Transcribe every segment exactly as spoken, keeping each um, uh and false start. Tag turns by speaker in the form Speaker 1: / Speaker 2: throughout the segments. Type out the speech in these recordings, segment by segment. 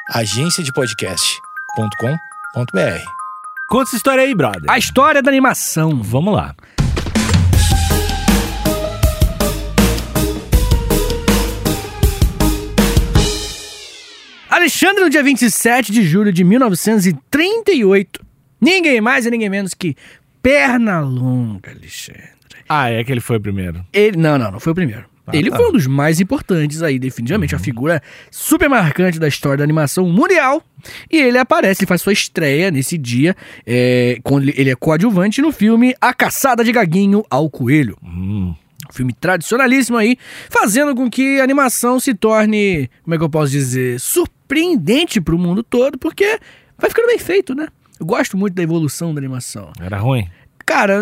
Speaker 1: agência de podcast ponto com ponto b r.
Speaker 2: Conta essa história aí, brother.
Speaker 3: A história da animação.
Speaker 2: Vamos lá.
Speaker 3: Alexandre, no dia vinte e sete de julho de mil novecentos e trinta e oito, ninguém mais e ninguém menos que Pernalonga, Alexandre.
Speaker 2: Ah, é que ele foi o primeiro.
Speaker 3: Ele, não, não, não foi o primeiro.
Speaker 2: Ah,
Speaker 3: ele
Speaker 2: tá.
Speaker 3: foi um dos mais importantes aí, definitivamente. Uhum. A figura super marcante da história da animação mundial. E ele aparece, ele faz sua estreia nesse dia, é, quando ele é coadjuvante no filme A Caçada de Gaguinho ao Coelho.
Speaker 2: Hum.
Speaker 3: Um filme tradicionalíssimo aí, fazendo com que a animação se torne, como é que eu posso dizer, surpreendente pro mundo todo, porque vai ficando bem feito, né? Eu gosto muito da evolução da animação.
Speaker 2: Era ruim?
Speaker 3: Cara,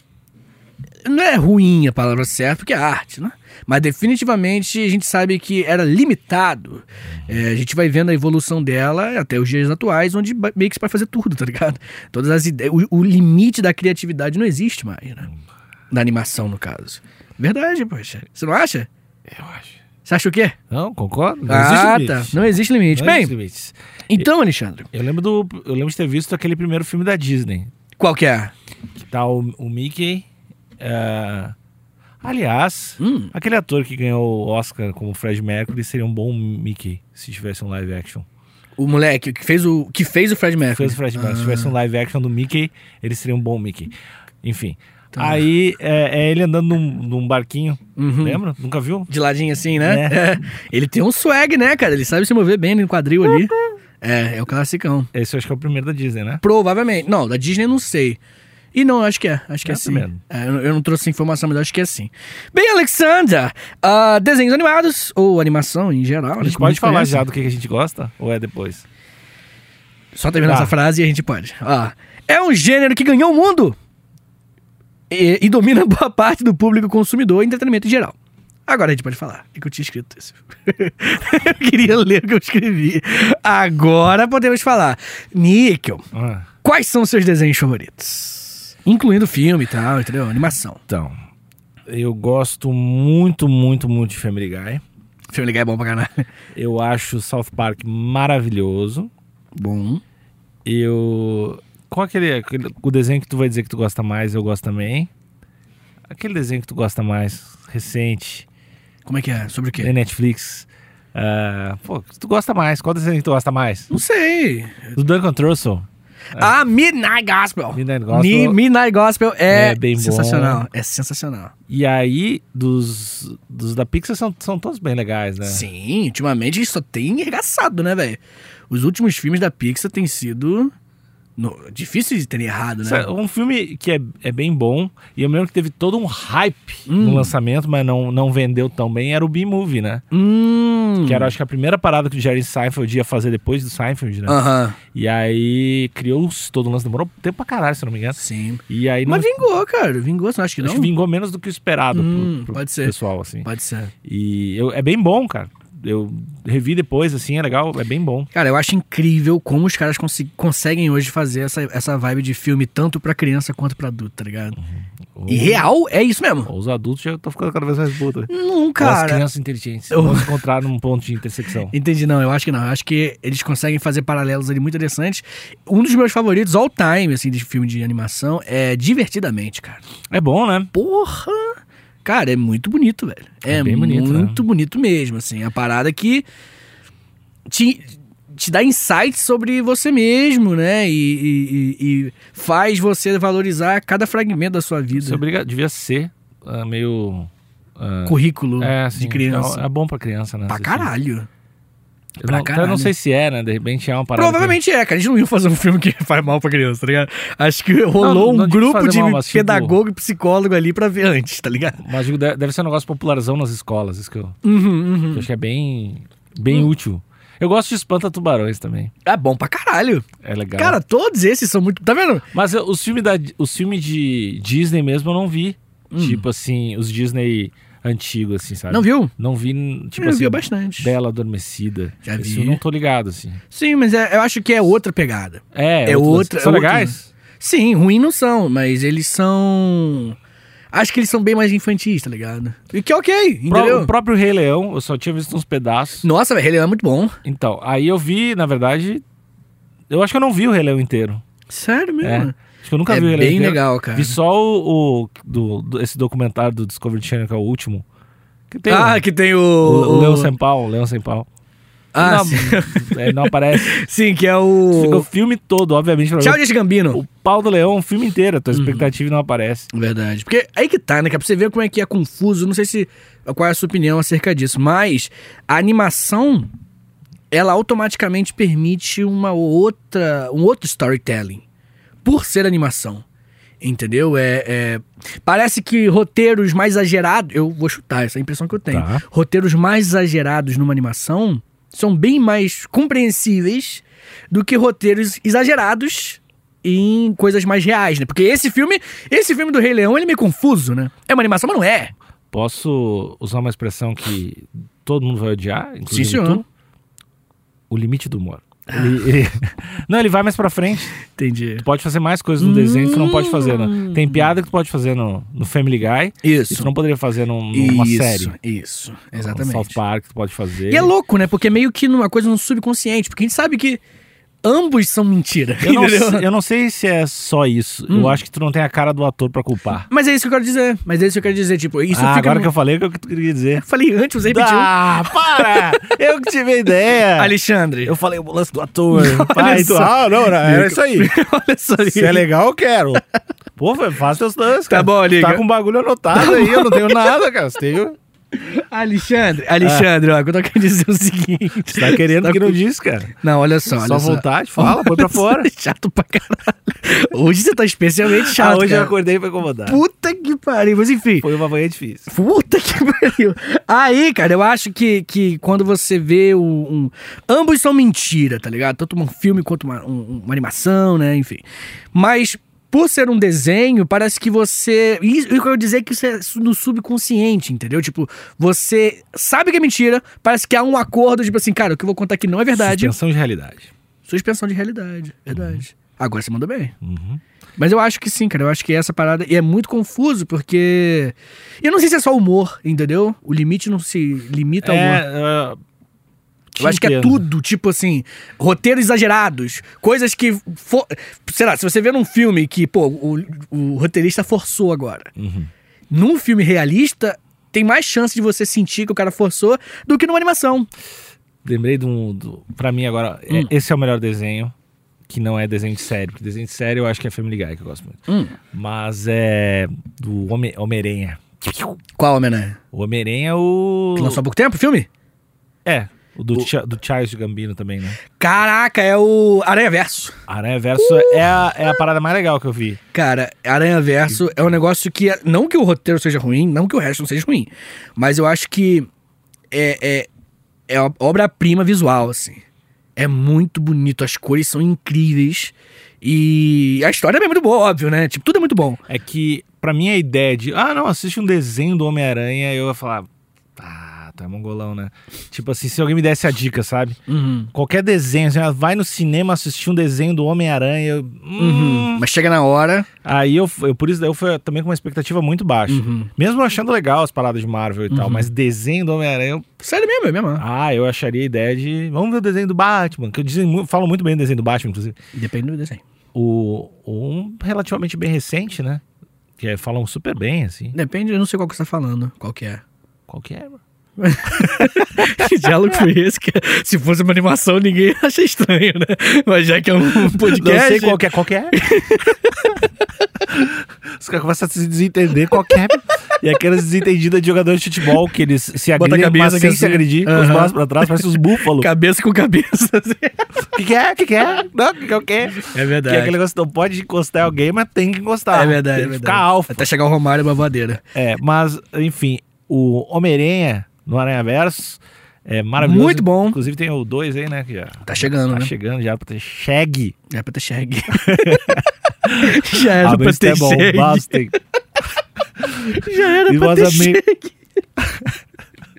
Speaker 3: não é ruim a palavra certa, porque é arte, né? Mas definitivamente a gente sabe que era limitado. É, a gente vai vendo a evolução dela até os dias atuais, onde meio que se pode fazer tudo, tá ligado? Todas as ideias, o, o limite da criatividade não existe mais, né? Na animação, no caso. Verdade, poxa. Você não acha?
Speaker 2: Eu acho.
Speaker 3: Você acha o quê?
Speaker 2: Não, concordo. Não
Speaker 3: ah,
Speaker 2: existe
Speaker 3: tá.
Speaker 2: limite.
Speaker 3: Não existe limite.
Speaker 2: Não
Speaker 3: Bem,
Speaker 2: existe limite.
Speaker 3: então, Alexandre,
Speaker 2: Eu lembro, do, eu lembro de ter visto aquele primeiro filme da Disney.
Speaker 3: qual que é?
Speaker 2: Que tá o, o Mickey. é, Aliás,
Speaker 3: Hum.
Speaker 2: aquele ator que ganhou o Oscar como Fred Mercury seria um bom Mickey se tivesse um live action.
Speaker 3: O moleque que fez o, que fez o Fred Mercury.
Speaker 2: Fez o Fred Mercury.
Speaker 3: Ah.
Speaker 2: Se tivesse um live action do Mickey, ele seria um bom Mickey. Enfim.
Speaker 3: Tá.
Speaker 2: Aí é, é ele andando num, num barquinho.
Speaker 3: Uhum.
Speaker 2: Lembra? Nunca viu?
Speaker 3: De ladinho assim, né?
Speaker 2: É.
Speaker 3: É. Ele tem um swag, né, cara? Ele sabe se mover bem no quadril ali. É, é o classicão.
Speaker 2: Esse eu acho que é o primeiro da Disney, né?
Speaker 3: Provavelmente. Não, da Disney eu não sei. E não, acho que é. Acho que é,
Speaker 2: É
Speaker 3: sim.
Speaker 2: mesmo.
Speaker 3: É, eu eu não trouxe informação, mas acho que é sim. Bem, Alexandra, uh, desenhos animados, ou animação em geral.
Speaker 2: A gente pode falar já do que a gente gosta? Ou é depois?
Speaker 3: Só terminar
Speaker 2: Tá.
Speaker 3: essa frase e a gente pode. Ó, é um gênero que ganhou o mundo e, e domina boa parte do público consumidor e entretenimento em geral. Agora a gente pode falar. É que eu tinha escrito isso. Eu queria ler o que eu escrevi. Agora podemos falar. Níquel,
Speaker 2: Ah,
Speaker 3: quais são os seus desenhos favoritos? Incluindo filme e tal, entendeu? Animação.
Speaker 2: então, eu gosto muito, muito, muito de Family Guy.
Speaker 3: Family Guy é bom pra caralho.
Speaker 2: Eu acho South Park maravilhoso.
Speaker 3: Bom.
Speaker 2: Eu... Qual aquele, aquele... O desenho que tu vai dizer que tu gosta mais, eu gosto também. Aquele desenho que tu gosta mais, recente,
Speaker 3: Como é que é? Sobre o
Speaker 2: da
Speaker 3: quê?
Speaker 2: Netflix. Ah, pô, que tu gosta mais? Qual desenho que tu gosta mais?
Speaker 3: Não sei.
Speaker 2: Do Duncan Trussell.
Speaker 3: Ah, Midnight Gospel.
Speaker 2: Midnight Gospel.
Speaker 3: Mi- Midnight Gospel é,
Speaker 2: É bem bom.
Speaker 3: sensacional. É sensacional.
Speaker 2: E aí, dos, dos da Pixar são, são todos bem legais, né?
Speaker 3: Sim, ultimamente só tem arregaçado, né, velho? Os últimos filmes da Pixar têm sido no, difícil de terem errado, né?
Speaker 2: Sabe, um filme que é, é bem bom, e eu me lembro que teve todo um hype
Speaker 3: Hum.
Speaker 2: no lançamento, mas não, não vendeu tão bem, era o B-Movie, né?
Speaker 3: Hum.
Speaker 2: Que era, acho que a primeira parada que o Jerry Seinfeld ia fazer depois do Seinfeld, né?
Speaker 3: Aham.
Speaker 2: E aí criou-se todo o lance, demorou tempo pra caralho, se eu não me engano.
Speaker 3: Sim.
Speaker 2: E aí
Speaker 3: Mas
Speaker 2: não,
Speaker 3: vingou, cara. Vingou, você não acha que não?
Speaker 2: acho que vingou menos do que o esperado
Speaker 3: Hum,
Speaker 2: pro, pro
Speaker 3: pode ser.
Speaker 2: pessoal, assim.
Speaker 3: Pode ser.
Speaker 2: E eu- é bem bom, cara. Eu revi depois, assim, é legal, é bem bom.
Speaker 3: Cara, eu acho incrível como os caras consi- conseguem hoje fazer essa, essa vibe de filme tanto pra criança quanto pra adulto, tá ligado? E real é isso mesmo.
Speaker 2: Os adultos já estão ficando cada vez mais putos.
Speaker 3: Não,
Speaker 2: As
Speaker 3: cara.
Speaker 2: crianças inteligentes
Speaker 3: Eu-
Speaker 2: vão se encontrar num ponto de intersecção.
Speaker 3: Entendi, não, eu acho que não. Eu acho que eles conseguem fazer paralelos ali muito interessantes. Um dos meus favoritos all time, assim, de filme de animação é Divertidamente, cara.
Speaker 2: É bom, né?
Speaker 3: Porra! Cara, é muito bonito, velho. É,
Speaker 2: É bem bonito,
Speaker 3: muito bonito mesmo, assim. A parada que te, te dá insights sobre você mesmo, né? E, e- e- e faz você valorizar cada fragmento da sua vida.
Speaker 2: Isso obriga, devia ser ah, meio... ah,
Speaker 3: Currículo
Speaker 2: é, assim,
Speaker 3: de criança.
Speaker 2: É, é bom pra criança, né?
Speaker 3: Pra
Speaker 2: assistir.
Speaker 3: caralho.
Speaker 2: Eu
Speaker 3: pra
Speaker 2: não,
Speaker 3: caralho.
Speaker 2: eu não sei se é, né? De repente é uma parada...
Speaker 3: Provavelmente é, cara. A gente não ia fazer um filme que faz mal pra criança, tá ligado? Acho que rolou
Speaker 2: Não, não
Speaker 3: um
Speaker 2: digo
Speaker 3: grupo
Speaker 2: fazer
Speaker 3: de
Speaker 2: mal, mas, tipo-
Speaker 3: pedagogo e psicólogo ali pra ver antes, tá ligado?
Speaker 2: que... Mas digo, deve deve ser um negócio popularzão nas escolas. Isso que eu,
Speaker 3: Uhum,
Speaker 2: que
Speaker 3: uhum.
Speaker 2: eu acho que é bem, bem útil. Eu gosto de Espanta-Tubarões também.
Speaker 3: É bom pra caralho.
Speaker 2: É legal.
Speaker 3: Cara, todos esses são muito... Tá vendo?
Speaker 2: Mas eu- os filmes da, os filmes de Disney mesmo eu não vi.
Speaker 3: Hum.
Speaker 2: Tipo assim, os Disney antigos, assim, sabe?
Speaker 3: Não viu?
Speaker 2: Não vi, tipo
Speaker 3: eu
Speaker 2: assim,
Speaker 3: vi bastante.
Speaker 2: Bela Adormecida.
Speaker 3: Já
Speaker 2: Esse
Speaker 3: vi.
Speaker 2: eu não tô ligado, assim.
Speaker 3: Sim, mas é- eu acho que é outra pegada.
Speaker 2: É,
Speaker 3: É
Speaker 2: outros-
Speaker 3: outra-
Speaker 2: São
Speaker 3: é outra-
Speaker 2: legais?
Speaker 3: Sim, ruim não são, mas eles são... Acho que eles são bem mais infantis, tá ligado? E que é ok,
Speaker 2: Pro-
Speaker 3: entendeu?
Speaker 2: O próprio Rei Leão, eu só tinha visto uns pedaços.
Speaker 3: Nossa, velho, Rei Leão é muito bom.
Speaker 2: Então, aí eu vi, na verdade... Eu acho que eu não vi o Rei Leão inteiro.
Speaker 3: Sério mesmo?
Speaker 2: É. Acho que eu nunca
Speaker 3: É
Speaker 2: vi o Rei Leão
Speaker 3: bem
Speaker 2: inteiro.
Speaker 3: legal, cara.
Speaker 2: Vi só o... o do, do- esse documentário do Discovery Channel, que é o último. Que tem
Speaker 3: Ah,
Speaker 2: o,
Speaker 3: que tem o...
Speaker 2: o, o Leão Sem Pau, o Leão Sem Pau.
Speaker 3: Ah,
Speaker 2: não,
Speaker 3: sim.
Speaker 2: ele não aparece.
Speaker 3: Sim, que é
Speaker 2: Fica
Speaker 3: o...
Speaker 2: o filme todo, obviamente. Pra
Speaker 3: Tchau,
Speaker 2: ver
Speaker 3: Jesse Gambino.
Speaker 2: o pau do leão, o filme inteiro. A tua expectativa não aparece.
Speaker 3: Verdade. Porque aí que tá, né? Que é pra você ver como é que é confuso. Não sei se qual é a sua opinião acerca disso, mas a animação, ela automaticamente permite uma outra, um outro storytelling. Por ser animação. Entendeu? É, é- Parece que roteiros mais exagerados. Eu vou chutar, essa é a impressão que eu tenho.
Speaker 2: Tá.
Speaker 3: Roteiros mais exagerados numa animação são bem mais compreensíveis do que roteiros exagerados em coisas mais reais, né? Porque esse filme, esse filme do Rei Leão, ele é meio confuso, né? É uma animação, mas não é.
Speaker 2: Posso usar uma expressão que todo mundo vai odiar? Inclusive
Speaker 3: Sim, senhor.
Speaker 2: tu? O limite do humor. Ele- ele- Não, ele vai mais pra frente.
Speaker 3: Entendi.
Speaker 2: Tu pode fazer mais coisas no desenho que tu não pode fazer. Né? Tem piada que tu pode fazer no, no Family Guy.
Speaker 3: Isso.
Speaker 2: E tu não poderia fazer num- numa
Speaker 3: isso,
Speaker 2: série.
Speaker 3: Isso,
Speaker 2: No
Speaker 3: exatamente.
Speaker 2: South Park tu pode fazer.
Speaker 3: E é louco, né? Porque é meio que uma coisa no subconsciente. Porque a gente sabe que ambos são mentira.
Speaker 2: Eu não,
Speaker 3: entendeu?
Speaker 2: sei- eu não sei se é só isso.
Speaker 3: Hum.
Speaker 2: Eu acho que tu não tem a cara do ator pra culpar.
Speaker 3: Mas é isso que eu quero dizer. Mas é isso que eu quero dizer. Tipo, isso
Speaker 2: ah,
Speaker 3: fica.
Speaker 2: agora
Speaker 3: no-
Speaker 2: que eu falei, o que eu queria dizer.
Speaker 3: Eu falei antes, você repetiu.
Speaker 2: Ah, para! Eu que tive a ideia.
Speaker 3: Alexandre.
Speaker 2: Eu falei o lance do ator.
Speaker 3: Olha
Speaker 2: Pai, tu,
Speaker 3: só.
Speaker 2: ah, não, não, era isso aí.
Speaker 3: Olha só.
Speaker 2: Se é legal, eu quero. Pô, velho, faz teus lances,
Speaker 3: Tá
Speaker 2: cara.
Speaker 3: bom, liga.
Speaker 2: Tá com um bagulho anotado aí, eu não tenho nada, cara. Você, tem...
Speaker 3: Alexandre, Alexandre, ó, o que eu tô querendo dizer é o seguinte.
Speaker 2: Você tá querendo
Speaker 3: Tá
Speaker 2: que não
Speaker 3: com-
Speaker 2: diz, cara.
Speaker 3: Não, olha só, olha
Speaker 2: Só
Speaker 3: só.
Speaker 2: vontade, fala, põe pra fora.
Speaker 3: Chato pra caralho. Hoje você tá especialmente chato,
Speaker 2: Ah, hoje eu
Speaker 3: cara.
Speaker 2: acordei pra incomodar.
Speaker 3: Puta que pariu, mas enfim.
Speaker 2: Foi uma manhã difícil.
Speaker 3: Puta que pariu. Aí, cara, eu acho que, que quando você vê o, um... Ambos são mentira, tá ligado? Tanto um filme quanto uma, um- uma animação, né? Enfim. Mas, por ser um desenho, parece que você... E isso- eu quero dizer que isso é no subconsciente, entendeu? Tipo, você sabe que é mentira, parece que há um acordo, tipo assim, cara, o que eu vou contar aqui não é verdade.
Speaker 2: Suspensão de realidade.
Speaker 3: Suspensão de realidade, verdade. Agora você mandou bem.
Speaker 2: Uhum.
Speaker 3: Mas eu acho que sim, cara. Eu acho que essa parada... E é muito confuso, porque... Eu não sei se é só humor, entendeu? O limite não se limita ao humor.
Speaker 2: É, uh,
Speaker 3: Eu acho que é tudo, tipo assim, roteiros exagerados, coisas que... For... Sei lá, se você vê num filme que, pô, o, o roteirista forçou agora.
Speaker 2: Uhum.
Speaker 3: Num filme realista, tem mais chance de você sentir que o cara forçou do que numa animação.
Speaker 2: Lembrei de um... Do, pra mim agora, é-
Speaker 3: Hum.
Speaker 2: esse é o melhor desenho, que não é desenho de série. Porque desenho de série eu acho que é Family Guy, que eu gosto muito.
Speaker 3: Hum.
Speaker 2: Mas é do Home- Homem-Aranha.
Speaker 3: Qual, Homem-Aranha?
Speaker 2: O Homem-Aranha é o...
Speaker 3: Que lançou há pouco tempo o filme?
Speaker 2: É, o do,
Speaker 3: O-
Speaker 2: Ch- do Charles Gambino também, né?
Speaker 3: Caraca, é o Aranha Verso.
Speaker 2: Aranha Verso é, a, é a parada mais legal que eu vi.
Speaker 3: Cara, Aranha Verso é um negócio que... é- Não que o roteiro seja ruim, não que o resto não seja ruim. Mas eu acho que é, é, é a obra-prima visual, assim. É muito bonito, as cores são incríveis. E a história é muito boa, óbvio, né? Tipo, tudo é muito bom.
Speaker 2: É que, pra mim, a ideia de... Ah, não, assiste um desenho do Homem-Aranha, eu ia falar... Ah, tu é mongolão, né? Tipo assim, se alguém me desse a dica, sabe?
Speaker 3: Uhum.
Speaker 2: Qualquer desenho, assim, ah, vai no cinema assistir um desenho do Homem-Aranha... eu-
Speaker 3: Uhum.
Speaker 2: hum,
Speaker 3: Mas chega na hora...
Speaker 2: Aí eu, eu, por isso, daí eu fui também com uma expectativa muito baixa.
Speaker 3: Uhum.
Speaker 2: Mesmo achando legal as paradas de Marvel e tal, mas desenho do Homem-Aranha... eu-
Speaker 3: Sério mesmo, é mesmo.
Speaker 2: Ah, eu acharia a ideia de... Vamos ver o desenho do Batman, que eu dizem, mu- falo muito bem do desenho do Batman, inclusive.
Speaker 3: Depende do desenho.
Speaker 2: O, um relativamente bem recente, né? Que é, falam super bem, assim.
Speaker 3: Depende, eu não sei qual que você tá falando. Qual que é.
Speaker 2: Qual que é, mano?
Speaker 3: Que diálogo foi esse? Que se fosse uma animação, ninguém ia achar estranho, né? Mas já que é um podcast...
Speaker 2: Não sei qual que é. Qual que é? Os caras começam a se desentender qual que é. E aquelas desentendidas de jogadores de futebol que eles se
Speaker 3: Bota a
Speaker 2: agridem,
Speaker 3: cabeça
Speaker 2: mas
Speaker 3: aqui
Speaker 2: sem
Speaker 3: assim.
Speaker 2: se agredir, com os
Speaker 3: Aham.
Speaker 2: braços pra trás, parece os búfalos.
Speaker 3: Cabeça com cabeça. assim.
Speaker 2: O que, que é? O que, que é? Não, o que, que é o quê?
Speaker 3: É verdade.
Speaker 2: Que é aquele negócio que não pode encostar em alguém, mas tem que encostar.
Speaker 3: É verdade,
Speaker 2: Tem
Speaker 3: é
Speaker 2: que
Speaker 3: verdade.
Speaker 2: ficar alfa.
Speaker 3: Até chegar o Romário e a babadeira.
Speaker 2: É, mas, enfim, o Homem-Aranha no Aranha Verso é maravilhoso.
Speaker 3: Muito bom.
Speaker 2: Inclusive tem o dois aí, né? Que já
Speaker 3: Tá chegando,
Speaker 2: tá
Speaker 3: né?
Speaker 2: chegando já pra ter Shaggy.
Speaker 3: É pra ter shag. Já era
Speaker 2: Ah,
Speaker 3: pra
Speaker 2: mas
Speaker 3: ter
Speaker 2: é bom,
Speaker 3: shag.
Speaker 2: basta.
Speaker 3: Já era
Speaker 2: It
Speaker 3: pra
Speaker 2: was
Speaker 3: ter
Speaker 2: a me-
Speaker 3: shag.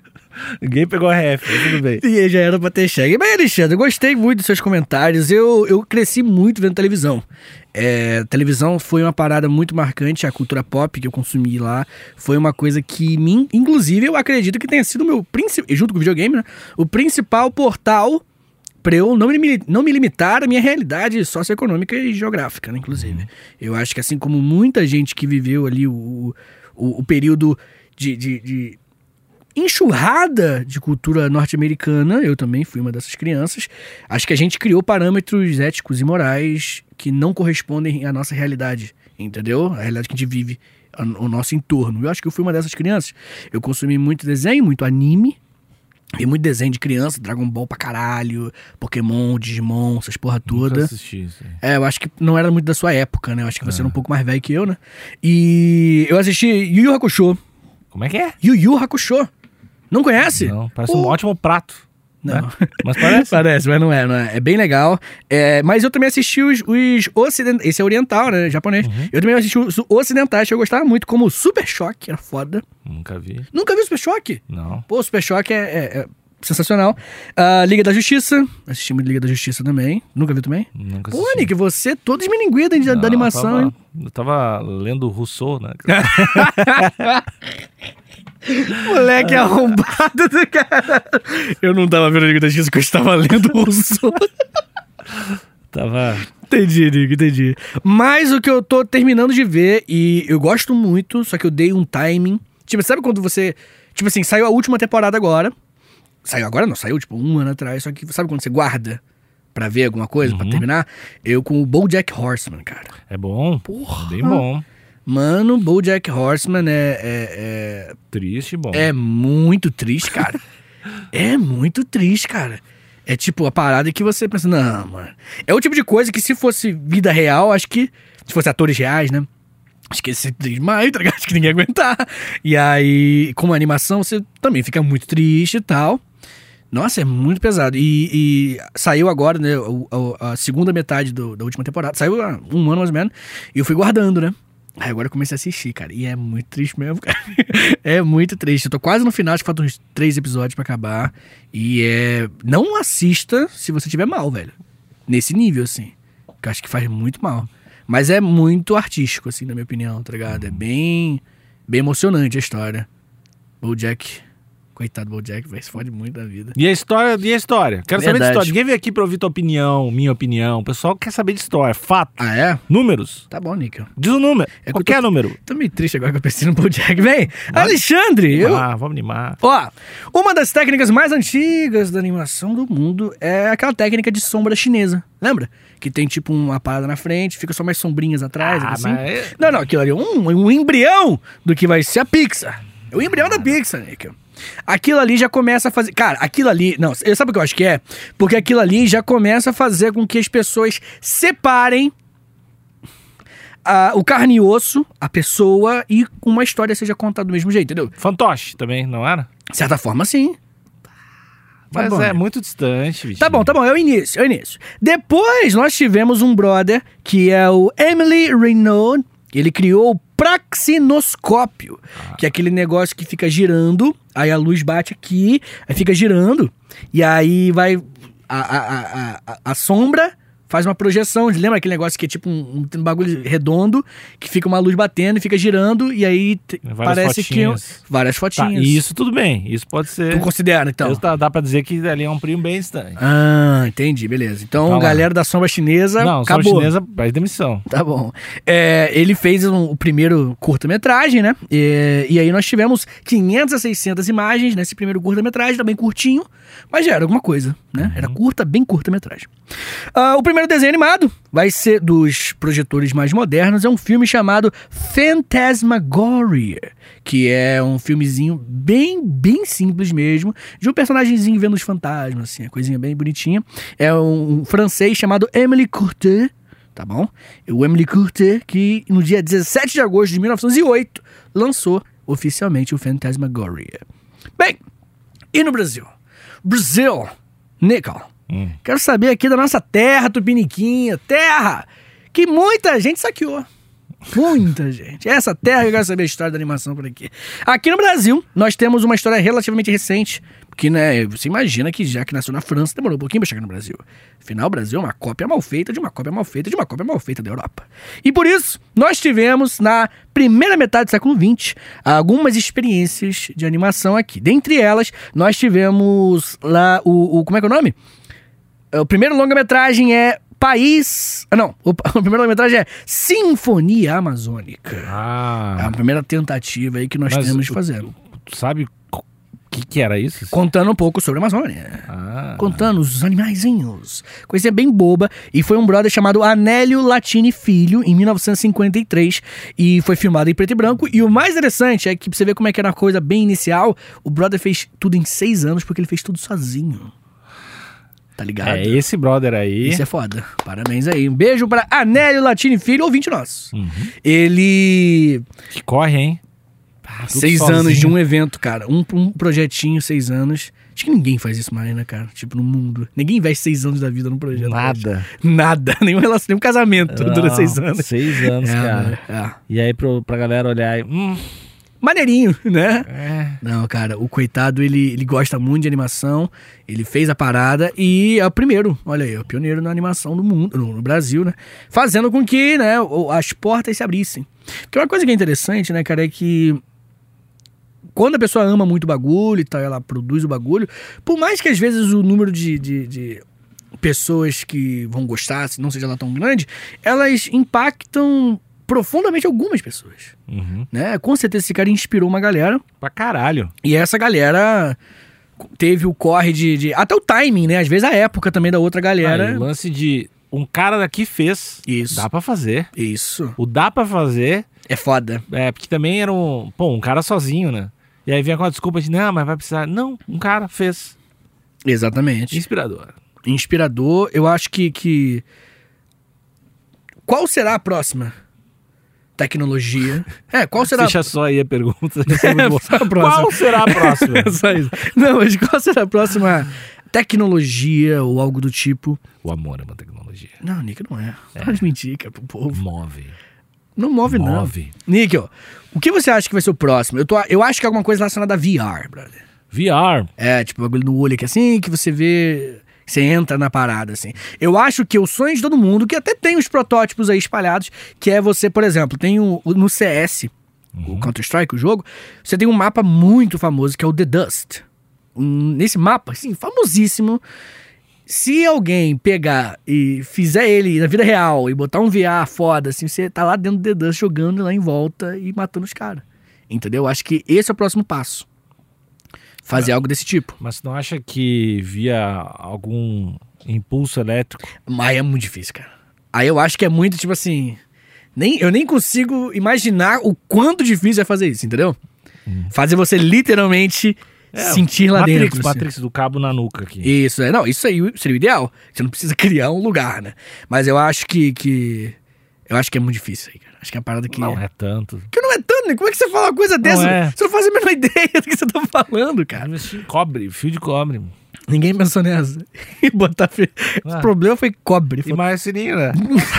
Speaker 2: Ninguém pegou a ref, mas tudo bem.
Speaker 3: E aí já era pra ter chegue. Bem, Alexandre, eu gostei muito dos seus comentários. Eu, eu cresci muito vendo televisão. É, televisão foi uma parada muito marcante. A cultura pop que eu consumi lá foi uma coisa que, me, inclusive, eu acredito que tenha sido o meu principal, junto com o videogame, né? O principal portal pra eu não me, não me limitar à minha realidade socioeconômica e geográfica, né, inclusive. Eu acho que assim como muita gente que viveu ali o, o, o período de, de, de enxurrada de cultura norte-americana, eu também fui uma dessas crianças, acho que a gente criou parâmetros éticos e morais que não correspondem à nossa realidade, entendeu? A realidade que a gente vive, o nosso entorno. Eu acho que eu fui uma dessas crianças. Eu consumi muito desenho, muito anime, e muito desenho de criança, Dragon Ball pra caralho, Pokémon, Digimon, essas porra toda.
Speaker 2: Nunca assisti isso aí.
Speaker 3: É, eu acho que não era muito da sua época, né? Eu acho que você é. era um pouco mais velho que eu, né? E eu assisti Yu Yu Hakusho.
Speaker 2: Como é que é?
Speaker 3: Yu Yu Hakusho. Não conhece?
Speaker 2: Não, parece
Speaker 3: oh.
Speaker 2: um ótimo prato.
Speaker 3: Não.
Speaker 2: Né? Mas parece.
Speaker 3: Parece, mas não é, não é. É bem legal. É, mas eu também assisti os, os ocidentais. Esse é oriental, né? Japonês. Uhum. Eu também assisti os ocidentais que eu gostava muito, como o Super Choque, era foda.
Speaker 2: Nunca vi.
Speaker 3: Nunca vi o Super Choque?
Speaker 2: Não.
Speaker 3: Pô, o Super Choque é, é, é sensacional. Uh, Liga da Justiça. Assisti muito Liga da Justiça também. Nunca viu também?
Speaker 2: Nunca assisti.
Speaker 3: Pô, Nick, você todo esmilinguido da, da animação, hein?
Speaker 2: Eu tava lendo Rousseau, né?
Speaker 3: Moleque arrombado do cara. Eu não tava vendo a Liga da Justiça, que eu estava lendo o Rousseau.
Speaker 2: Tava...
Speaker 3: Entendi, Nick, entendi. Mas o que eu tô terminando de ver, e eu gosto muito, só que eu dei um timing. Tipo, sabe quando você... Tipo assim, saiu a última temporada agora. Saiu agora não, saiu tipo um ano atrás. Só que sabe quando você guarda pra ver alguma coisa, uhum. pra terminar? Eu com o BoJack Horseman, cara.
Speaker 2: É bom.
Speaker 3: Porra.
Speaker 2: Bem bom.
Speaker 3: Mano, BoJack Horseman é... é, é...
Speaker 2: Triste, bom.
Speaker 3: É muito triste, cara. É muito triste, cara. É tipo a parada que você pensa, não, mano. É o tipo de coisa que se fosse vida real, acho que... Se fosse atores reais, né? Acho que esse desmaio, tá ligado? Acho que ninguém ia aguentar. E aí, com a animação, você também fica muito triste e tal. Nossa, é muito pesado. E, e saiu agora, né, a, a segunda metade do, da última temporada. Saiu há um ano mais ou menos. E eu fui guardando, né? Aí agora eu comecei a assistir, cara. E é muito triste mesmo, cara. É muito triste. Eu tô quase no final, acho que faltam uns três episódios pra acabar. E é... Não assista se você tiver mal, velho. Nesse nível, assim. Que eu acho que faz muito mal. Mas é muito artístico, assim, na minha opinião, tá ligado? É bem, bem emocionante a história. BoJack, coitado do BoJack, vai se fode muito da vida.
Speaker 2: E a história? E a história? Quero
Speaker 3: Verdade.
Speaker 2: saber de história. Ninguém veio aqui pra ouvir tua opinião, minha opinião. O pessoal quer saber de história, fato.
Speaker 3: Ah, é?
Speaker 2: Números.
Speaker 3: Tá bom, Níquel.
Speaker 2: Diz o número.
Speaker 3: É
Speaker 2: Qualquer
Speaker 3: tô,
Speaker 2: número.
Speaker 3: Tô meio triste agora que eu pensei no BoJack. Vem, Vai. Alexandre!
Speaker 2: Ah,
Speaker 3: eu...
Speaker 2: vamos animar.
Speaker 3: Ó, uma das técnicas mais antigas da animação do mundo é aquela técnica de sombra chinesa. Lembra? Que tem tipo uma parada na frente, fica só mais sombrinhas atrás,
Speaker 2: Ah,
Speaker 3: assim.
Speaker 2: mas...
Speaker 3: Não, não, aquilo ali é um, um embrião do que vai ser a Pixar. É o embrião da Pixar, Níquel. Aquilo ali já começa a fazer... Cara, aquilo ali... Não, sabe o que eu acho que é? Porque aquilo ali já começa a fazer com que as pessoas separem a, o carne e osso, a pessoa, e uma história seja contada do mesmo jeito, entendeu?
Speaker 2: Fantoche também, não era?
Speaker 3: De certa forma, sim. Tá
Speaker 2: Mas
Speaker 3: bom,
Speaker 2: é
Speaker 3: né?
Speaker 2: muito distante, bicho.
Speaker 3: Tá bom, tá bom, é o início, é o início. Depois nós tivemos um brother, que é o Emily Renaud. Ele criou o praxinoscópio, ah. que é aquele negócio que fica girando, aí a luz bate aqui, aí fica girando, e aí vai a, a, a, a, a sombra faz uma projeção. Lembra aquele negócio que é tipo um, um bagulho redondo, que fica uma luz batendo e fica girando, e aí t- parece
Speaker 2: fotinhas.
Speaker 3: que... Várias fotinhas.
Speaker 2: Tá, isso tudo bem, isso pode ser...
Speaker 3: Tu considera, então?
Speaker 2: Tá, dá pra dizer que ali é um primo bem distante.
Speaker 3: Ah, entendi, beleza. Então,
Speaker 2: Tá
Speaker 3: galera da sombra chinesa,
Speaker 2: Não,
Speaker 3: acabou.
Speaker 2: sombra chinesa, faz demissão.
Speaker 3: Tá bom. É, ele fez um, o primeiro curta-metragem, né? E, e aí nós tivemos quinhentas a seiscentas imagens nesse primeiro curta-metragem, também curtinho, mas já era alguma coisa, né? Uhum. Era curta, bem curta-metragem. Uh, o primeiro desenho animado vai ser dos projetores mais modernos, é um filme chamado Phantasmagoria, que é um filmezinho bem, bem simples mesmo, de um personagemzinho vendo os fantasmas, assim, a coisinha bem bonitinha. É um, um francês chamado Emily Courtet, tá bom? O Emily Courtet, que no dia dezessete de agosto de mil novecentos e oito lançou oficialmente o Phantasmagoria. Bem, e no Brasil? Brasil, Níquel.
Speaker 2: Hum.
Speaker 3: Quero saber aqui da nossa terra tupiniquinha, terra que muita gente saqueou. Muita gente. Essa terra que eu quero saber a história da animação por aqui. Aqui no Brasil, nós temos uma história relativamente recente. Porque, né, você imagina que já que nasceu na França, demorou um pouquinho pra chegar no Brasil. Afinal, o Brasil é uma cópia mal feita de uma cópia mal feita de uma cópia mal feita da Europa. E por isso, nós tivemos, na primeira metade do século vinte, algumas experiências de animação aqui. Dentre elas, nós tivemos lá o... o como é que é o nome? O primeiro longa-metragem é País... Ah, não. O, o primeiro longa-metragem é Sinfonia Amazônica.
Speaker 2: Ah.
Speaker 3: É a primeira tentativa aí que nós
Speaker 2: Mas
Speaker 3: temos de
Speaker 2: o-
Speaker 3: fazer.
Speaker 2: Tu sabe o que, que era isso?
Speaker 3: Contando um pouco sobre a Amazônia.
Speaker 2: Ah.
Speaker 3: Contando os animaizinhos. Coisinha bem boba. E foi um brother chamado Anélio Latini Filho, em mil novecentos e cinquenta e três. E foi filmado em preto e branco. E o mais interessante é que, pra você ver como é que era uma coisa bem inicial, o brother fez tudo em seis anos, porque ele fez tudo sozinho. Tá ligado?
Speaker 2: É esse brother aí.
Speaker 3: Isso é foda. Parabéns aí. Um beijo pra Anélio Latini Filho, ouvinte nosso.
Speaker 2: Uhum.
Speaker 3: Ele...
Speaker 2: Que corre, hein? Ah, tudo
Speaker 3: Seis
Speaker 2: sozinho.
Speaker 3: anos de um evento, cara. Um, um projetinho, seis anos. Acho que ninguém faz isso mais, né, cara? Tipo, no mundo. Ninguém investe seis anos da vida num projeto.
Speaker 2: Nada.
Speaker 3: Nada. Nenhum relacionamento, nenhum casamento
Speaker 2: Não,
Speaker 3: dura seis anos.
Speaker 2: Seis anos,
Speaker 3: É,
Speaker 2: cara.
Speaker 3: é.
Speaker 2: E aí pro, pra galera olhar e... Hum,
Speaker 3: Maneirinho, né?
Speaker 2: é...
Speaker 3: Não, cara, o coitado, ele, ele gosta muito de animação, ele fez a parada e é o primeiro, olha aí, é o pioneiro na animação do mundo, no, no Brasil, né? Fazendo com que, né, o- as portas se abrissem. Porque uma coisa que é interessante, né, cara, é que quando a pessoa ama muito o bagulho e tal, ela produz o bagulho, por mais que às vezes o número de, de, de pessoas que vão gostar, se não seja lá tão grande, elas impactam profundamente algumas pessoas,
Speaker 2: Uhum.
Speaker 3: né? Com certeza esse cara inspirou uma galera.
Speaker 2: Pra caralho.
Speaker 3: E essa galera teve o corre de, de- até o timing, né? Às vezes a época também da outra galera.
Speaker 2: Aí, o lance de... Um cara daqui fez.
Speaker 3: Isso.
Speaker 2: Dá pra fazer.
Speaker 3: Isso.
Speaker 2: O dá pra fazer...
Speaker 3: É foda.
Speaker 2: É, porque também era um... Pô, um cara sozinho, né? E aí vem com a desculpa de... Não, mas vai precisar... Não, um cara fez.
Speaker 3: Exatamente.
Speaker 2: Inspirador.
Speaker 3: Inspirador. Eu acho que, que... Qual será a próxima tecnologia? É, qual será
Speaker 2: Deixa só aí a pergunta. Isso é muito bom.
Speaker 3: Só a próxima.
Speaker 2: Qual será a próxima?
Speaker 3: Só isso. Não, mas qual será a próxima tecnologia ou algo do tipo?
Speaker 2: O amor é uma tecnologia.
Speaker 3: Não, Nick, não é. Para de mentir, cara, pro povo.
Speaker 2: Move.
Speaker 3: Não move, não.
Speaker 2: Move.
Speaker 3: Níquel, o que você acha que vai ser o próximo? Eu, tô, eu acho que é alguma coisa relacionada a V R, brother.
Speaker 2: V R.
Speaker 3: É, tipo, bagulho no olho aqui assim, que você vê... Você entra na parada, assim. Eu acho que o sonho de todo mundo, que até tem os protótipos aí espalhados, que é você, por exemplo, tem o, o- no C S,
Speaker 2: Uhum.
Speaker 3: o Counter-Strike, o jogo, você tem um mapa muito famoso, que é o The Dust. Um- nesse mapa, assim, famosíssimo... Se alguém pegar e fizer ele na vida real e botar um V R foda, assim, você tá lá dentro do The Dust jogando lá em volta e matando os caras. Entendeu? Acho que esse é o próximo passo. Fazer algo desse tipo.
Speaker 2: Mas tu não acha que via algum impulso elétrico...
Speaker 3: Mas é muito difícil, cara. Aí eu acho que é muito, tipo assim... Nem, eu nem consigo imaginar o quanto difícil é fazer isso, entendeu? Fazer você literalmente
Speaker 2: É,
Speaker 3: sentir lá
Speaker 2: Matrix,
Speaker 3: dentro. assim.
Speaker 2: Matrix do cabo na nuca aqui.
Speaker 3: Isso, é. Não, isso aí seria o ideal. Você não precisa criar um lugar, né? Mas eu acho que... que eu acho que é muito difícil aí, cara. Acho que é uma parada que...
Speaker 2: Não é tanto.
Speaker 3: Que não é tanto, né? Como é que você fala uma coisa dessa?
Speaker 2: é.
Speaker 3: Você não faz a menor ideia do que você tá falando, cara.
Speaker 2: Investir em cobre, fio de cobre.
Speaker 3: Ninguém pensou nessa. E botar... fi-
Speaker 2: Ah.
Speaker 3: O problema foi cobre.
Speaker 2: E mais sininho, né?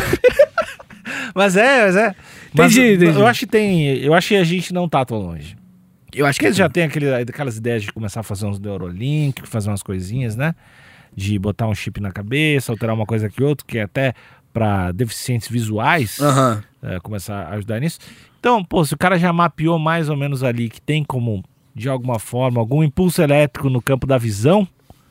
Speaker 2: Mas é, mas é. Mas
Speaker 3: Entendi, entendi.
Speaker 2: eu acho que tem. Eu acho que a gente não tá tão longe.
Speaker 3: Eu acho
Speaker 2: Porque
Speaker 3: que
Speaker 2: eles já tem aquele, aquelas ideias de começar a fazer uns Neurolink, fazer umas coisinhas, né? De botar um chip na cabeça, alterar uma coisa que outra, que é até pra deficientes visuais,
Speaker 3: Aham.
Speaker 2: é, começar a ajudar nisso. Então, pô, se o cara já mapeou mais ou menos ali que tem como, de alguma forma, algum impulso elétrico no campo da visão,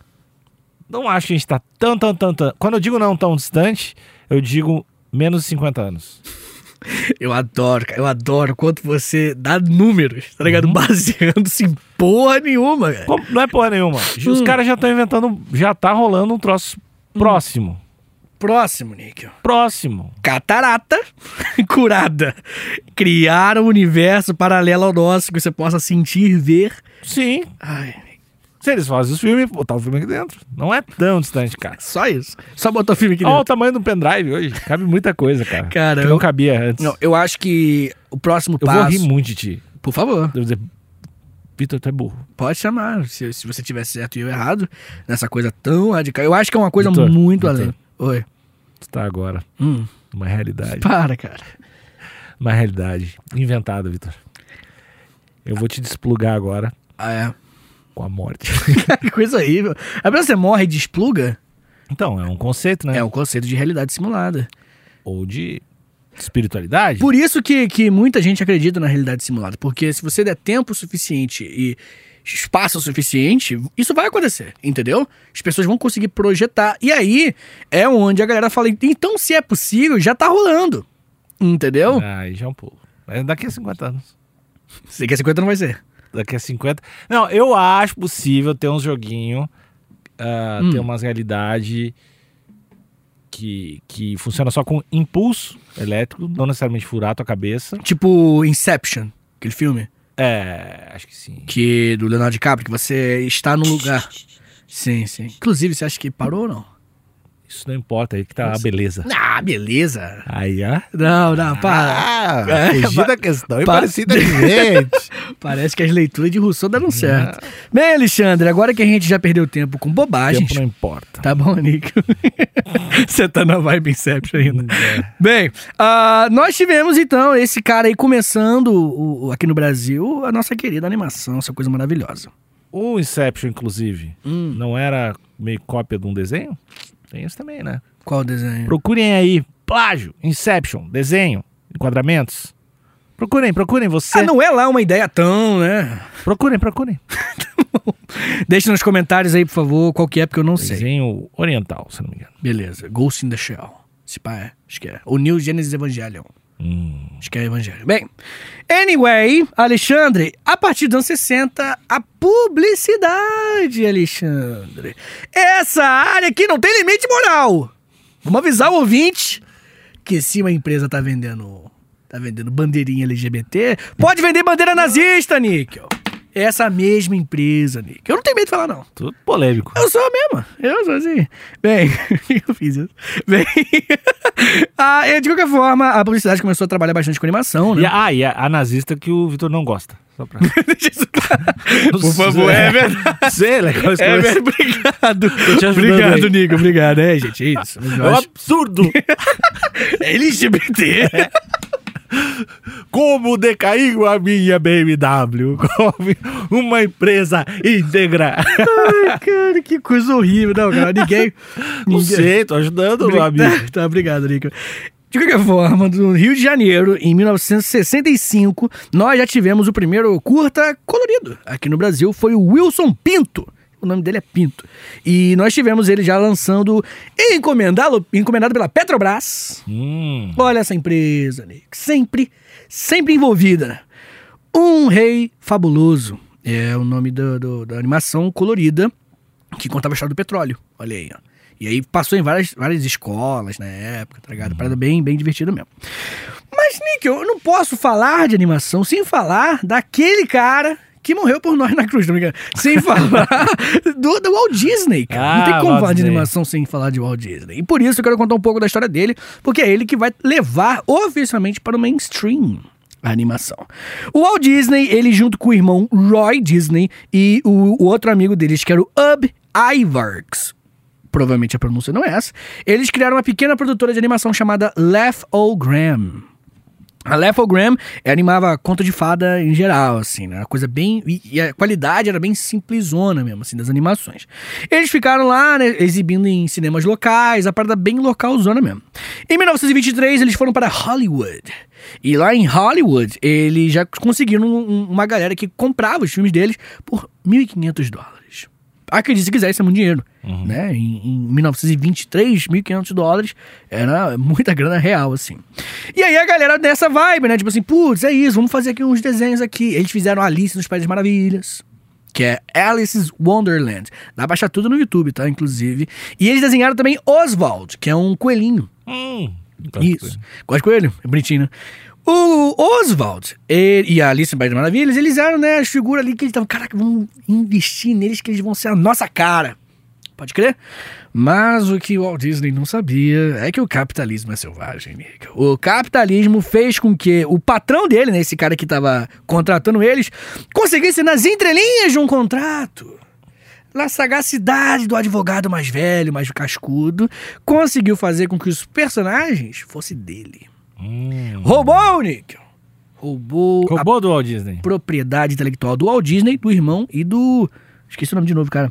Speaker 2: não acho que a gente tá tão, tão, tão, tão... Quando eu digo não tão distante, eu digo menos de cinquenta anos.
Speaker 3: Eu adoro, cara. Eu adoro quanto você dá números, tá ligado?
Speaker 2: Uhum.
Speaker 3: Baseando-se em porra nenhuma, cara.
Speaker 2: Como- Não é porra nenhuma. Os
Speaker 3: Hum.
Speaker 2: caras já estão inventando, já tá rolando um troço próximo.
Speaker 3: Próximo, Níquel.
Speaker 2: Próximo.
Speaker 3: Catarata curada. Criar um universo paralelo ao nosso que você possa sentir, ver.
Speaker 2: Sim.
Speaker 3: Ai,
Speaker 2: Se eles fazem os filmes, botar o filme aqui dentro. Não é tão distante, cara.
Speaker 3: só isso. Só botar o filme aqui
Speaker 2: Olha o
Speaker 3: dentro.
Speaker 2: tamanho do pendrive hoje. Cabe muita coisa, cara.
Speaker 3: Cara,
Speaker 2: que
Speaker 3: eu-
Speaker 2: não cabia antes.
Speaker 3: Não, eu acho que o próximo
Speaker 2: eu
Speaker 3: passo...
Speaker 2: vou rir muito de ti.
Speaker 3: Por favor,
Speaker 2: Devo dizer, Vitor, tu é burro.
Speaker 3: pode chamar. Se, se você tiver certo e eu errado, nessa coisa tão radical. Eu acho que é uma coisa
Speaker 2: Vitor,
Speaker 3: muito
Speaker 2: Vitor.
Speaker 3: além. Oi.
Speaker 2: Tu tá agora
Speaker 3: Hum,
Speaker 2: numa realidade.
Speaker 3: para, cara.
Speaker 2: uma realidade inventada, Vitor. Eu vou te desplugar agora
Speaker 3: Ah, é?
Speaker 2: com a morte.
Speaker 3: Que coisa horrível. A pessoa você morre e despluga?
Speaker 2: Então, é um conceito, né?
Speaker 3: É um conceito de realidade simulada.
Speaker 2: Ou de espiritualidade.
Speaker 3: Por isso que, que muita gente acredita na realidade simulada. Porque se você der tempo suficiente e espaço suficiente, isso vai acontecer, entendeu? As pessoas vão conseguir projetar. E aí é onde a galera fala, então se é possível, já tá rolando. Entendeu?
Speaker 2: Aí já é um pouco. É daqui a cinquenta anos.
Speaker 3: Se quer cinquenta não vai ser.
Speaker 2: Daqui a cinquenta... Não, eu acho possível ter uns joguinhos, uh,
Speaker 3: Hum.
Speaker 2: ter umas realidades que, que funciona só com impulso elétrico, não necessariamente furar a tua cabeça.
Speaker 3: Tipo Inception, aquele filme.
Speaker 2: É, acho que sim.
Speaker 3: Que do Leonardo DiCaprio, que você está num lugar. Sim, sim. Inclusive, você acha que parou ou não?
Speaker 2: Isso não importa, aí que tá a beleza.
Speaker 3: Ah, beleza.
Speaker 2: Aí, ó.
Speaker 3: Não, não, para.
Speaker 2: Ah,
Speaker 3: É,
Speaker 2: fugir
Speaker 3: pa-
Speaker 2: da questão e
Speaker 3: pa-
Speaker 2: parecida com gente.
Speaker 3: Parece que as leituras de Rousseau deram certo. Bem, Alexandre, agora que a gente já perdeu tempo com bobagens.
Speaker 2: Tempo não importa.
Speaker 3: Tá bom, Nico? Você tá na vibe Inception ainda.
Speaker 2: É.
Speaker 3: Bem, ah, nós tivemos então esse cara aí começando o- o- aqui no Brasil a nossa querida animação, essa coisa maravilhosa.
Speaker 2: O Inception, inclusive,
Speaker 3: Hum.
Speaker 2: não era meio cópia de um desenho? Tem isso também, né?
Speaker 3: Qual o desenho?
Speaker 2: Procurem aí, plágio, Inception, desenho, enquadramentos. Procurem, procurem você.
Speaker 3: Ah, não é lá uma ideia tão, né?
Speaker 2: Procurem, procurem.
Speaker 3: Deixe nos comentários aí, por favor, qual que é, porque eu não sei.
Speaker 2: Desenho oriental, se não me engano.
Speaker 3: Beleza. Ghost in the Shell. Se pá, é. Acho que é. O New Genesis Evangelion.
Speaker 2: Hum.
Speaker 3: Acho que é Evangelho. Bem, anyway, Alexandre, a partir dos anos sessenta, a publicidade, Alexandre. Essa área aqui não tem limite moral. Vamos avisar o ouvinte que se uma empresa tá vendendo, tá vendendo bandeirinha L G B T, pode vender bandeira nazista, Níquel. Essa mesma empresa, Níquel. Eu não tenho medo de falar, não.
Speaker 2: Tudo polêmico.
Speaker 3: Eu sou mesmo, eu sou assim. Bem, eu fiz isso. Bem, ah, de qualquer forma, a publicidade começou a trabalhar bastante com animação, né?
Speaker 2: E, a- ah, e a, a nazista que o Vitor não gosta. Só pra...
Speaker 3: Deixa isso claro. Por favor, é verdade.
Speaker 2: Sei, legal.
Speaker 3: É verdade, obrigado.
Speaker 2: te ajudando
Speaker 3: Obrigado,
Speaker 2: aí.
Speaker 3: Nico, obrigado. É, gente, é isso. Mas eu
Speaker 2: É um
Speaker 3: acho-
Speaker 2: absurdo.
Speaker 3: É L G B T.
Speaker 2: Como decaiu a minha B M W. Como uma empresa íntegra.
Speaker 3: Ai, cara, que coisa horrível. Não, cara, ninguém...
Speaker 2: Não
Speaker 3: ninguém...
Speaker 2: sei, tô ajudando, meu amigo.
Speaker 3: Tá, obrigado, Nico. De qualquer forma, no Rio de Janeiro, em mil novecentos e sessenta e cinco, nós já tivemos o primeiro curta colorido. Aqui no Brasil foi o Wilson Pinto. O nome dele é Pinto. E nós tivemos ele já lançando, encomendado, encomendado pela Petrobras.
Speaker 2: Hum.
Speaker 3: Olha essa empresa, Nick. Sempre, sempre envolvida. Um Rei Fabuloso. É o nome do, do- da animação colorida que contava a história do petróleo. Olha aí, ó. E aí passou em várias, várias escolas na época, tá ligado? Parada bem, bem divertida mesmo. Mas, Nick, eu não posso falar de animação sem falar daquele cara que morreu por nós na cruz, não me engano. Sem falar do, do Walt Disney, cara.
Speaker 2: Ah,
Speaker 3: não tem como
Speaker 2: Walt
Speaker 3: falar de
Speaker 2: Disney.
Speaker 3: animação sem falar de Walt Disney. E por isso eu quero contar um pouco da história dele, porque é ele que vai levar oficialmente para o mainstream a animação. O Walt Disney, ele junto com o irmão Roy Disney e o, o outro amigo deles, que era o Ub Iwerks, provavelmente a pronúncia não é essa, eles criaram uma pequena produtora de animação chamada Laugh-O-Gram. A Laugh-O-Gram animava conto de fada em geral, assim, né? Uma coisa bem... E, e a qualidade era bem simplesona mesmo, assim, das animações. Eles ficaram lá, né, exibindo em cinemas locais, a parada bem localzona mesmo. Em mil novecentos e vinte e três, eles foram para Hollywood. E lá em Hollywood, eles já conseguiram um- uma galera que comprava os filmes deles por mil e quinhentos dólares. Acredite se quiser, isso é muito dinheiro.
Speaker 2: Uhum.
Speaker 3: Né? Em, em mil novecentos e vinte e três, mil e quinhentos dólares era muita grana real, assim. E aí a galera dessa vibe, né? Tipo assim, putz, é isso, vamos fazer aqui uns desenhos aqui. Eles fizeram Alice nos Países Maravilhas, que é Alice's Wonderland. Dá pra achar tudo no YouTube, tá? Inclusive. E eles desenharam também Oswald, que é um coelhinho.
Speaker 2: Hum.
Speaker 3: Isso. Gosta de coelho? É bonitinho, né? O Oswald ele- e a Alice no País das Maravilhas, eles eram, né, as figuras ali que eles estavam, caraca, vamos investir neles que eles vão ser a nossa cara. Pode crer? Mas o que o Walt Disney não sabia é que o capitalismo é selvagem, amiga. O capitalismo fez com que o patrão dele, né, esse cara que tava contratando eles, conseguisse nas entrelinhas de um contrato, na sagacidade do advogado mais velho, mais cascudo, conseguiu fazer com que os personagens fossem dele.
Speaker 2: Hum.
Speaker 3: Roubou o níquel. Roubou
Speaker 2: Roubou
Speaker 3: a
Speaker 2: do Walt Disney.
Speaker 3: propriedade intelectual do Walt Disney, do irmão e do... Esqueci o nome de novo, cara.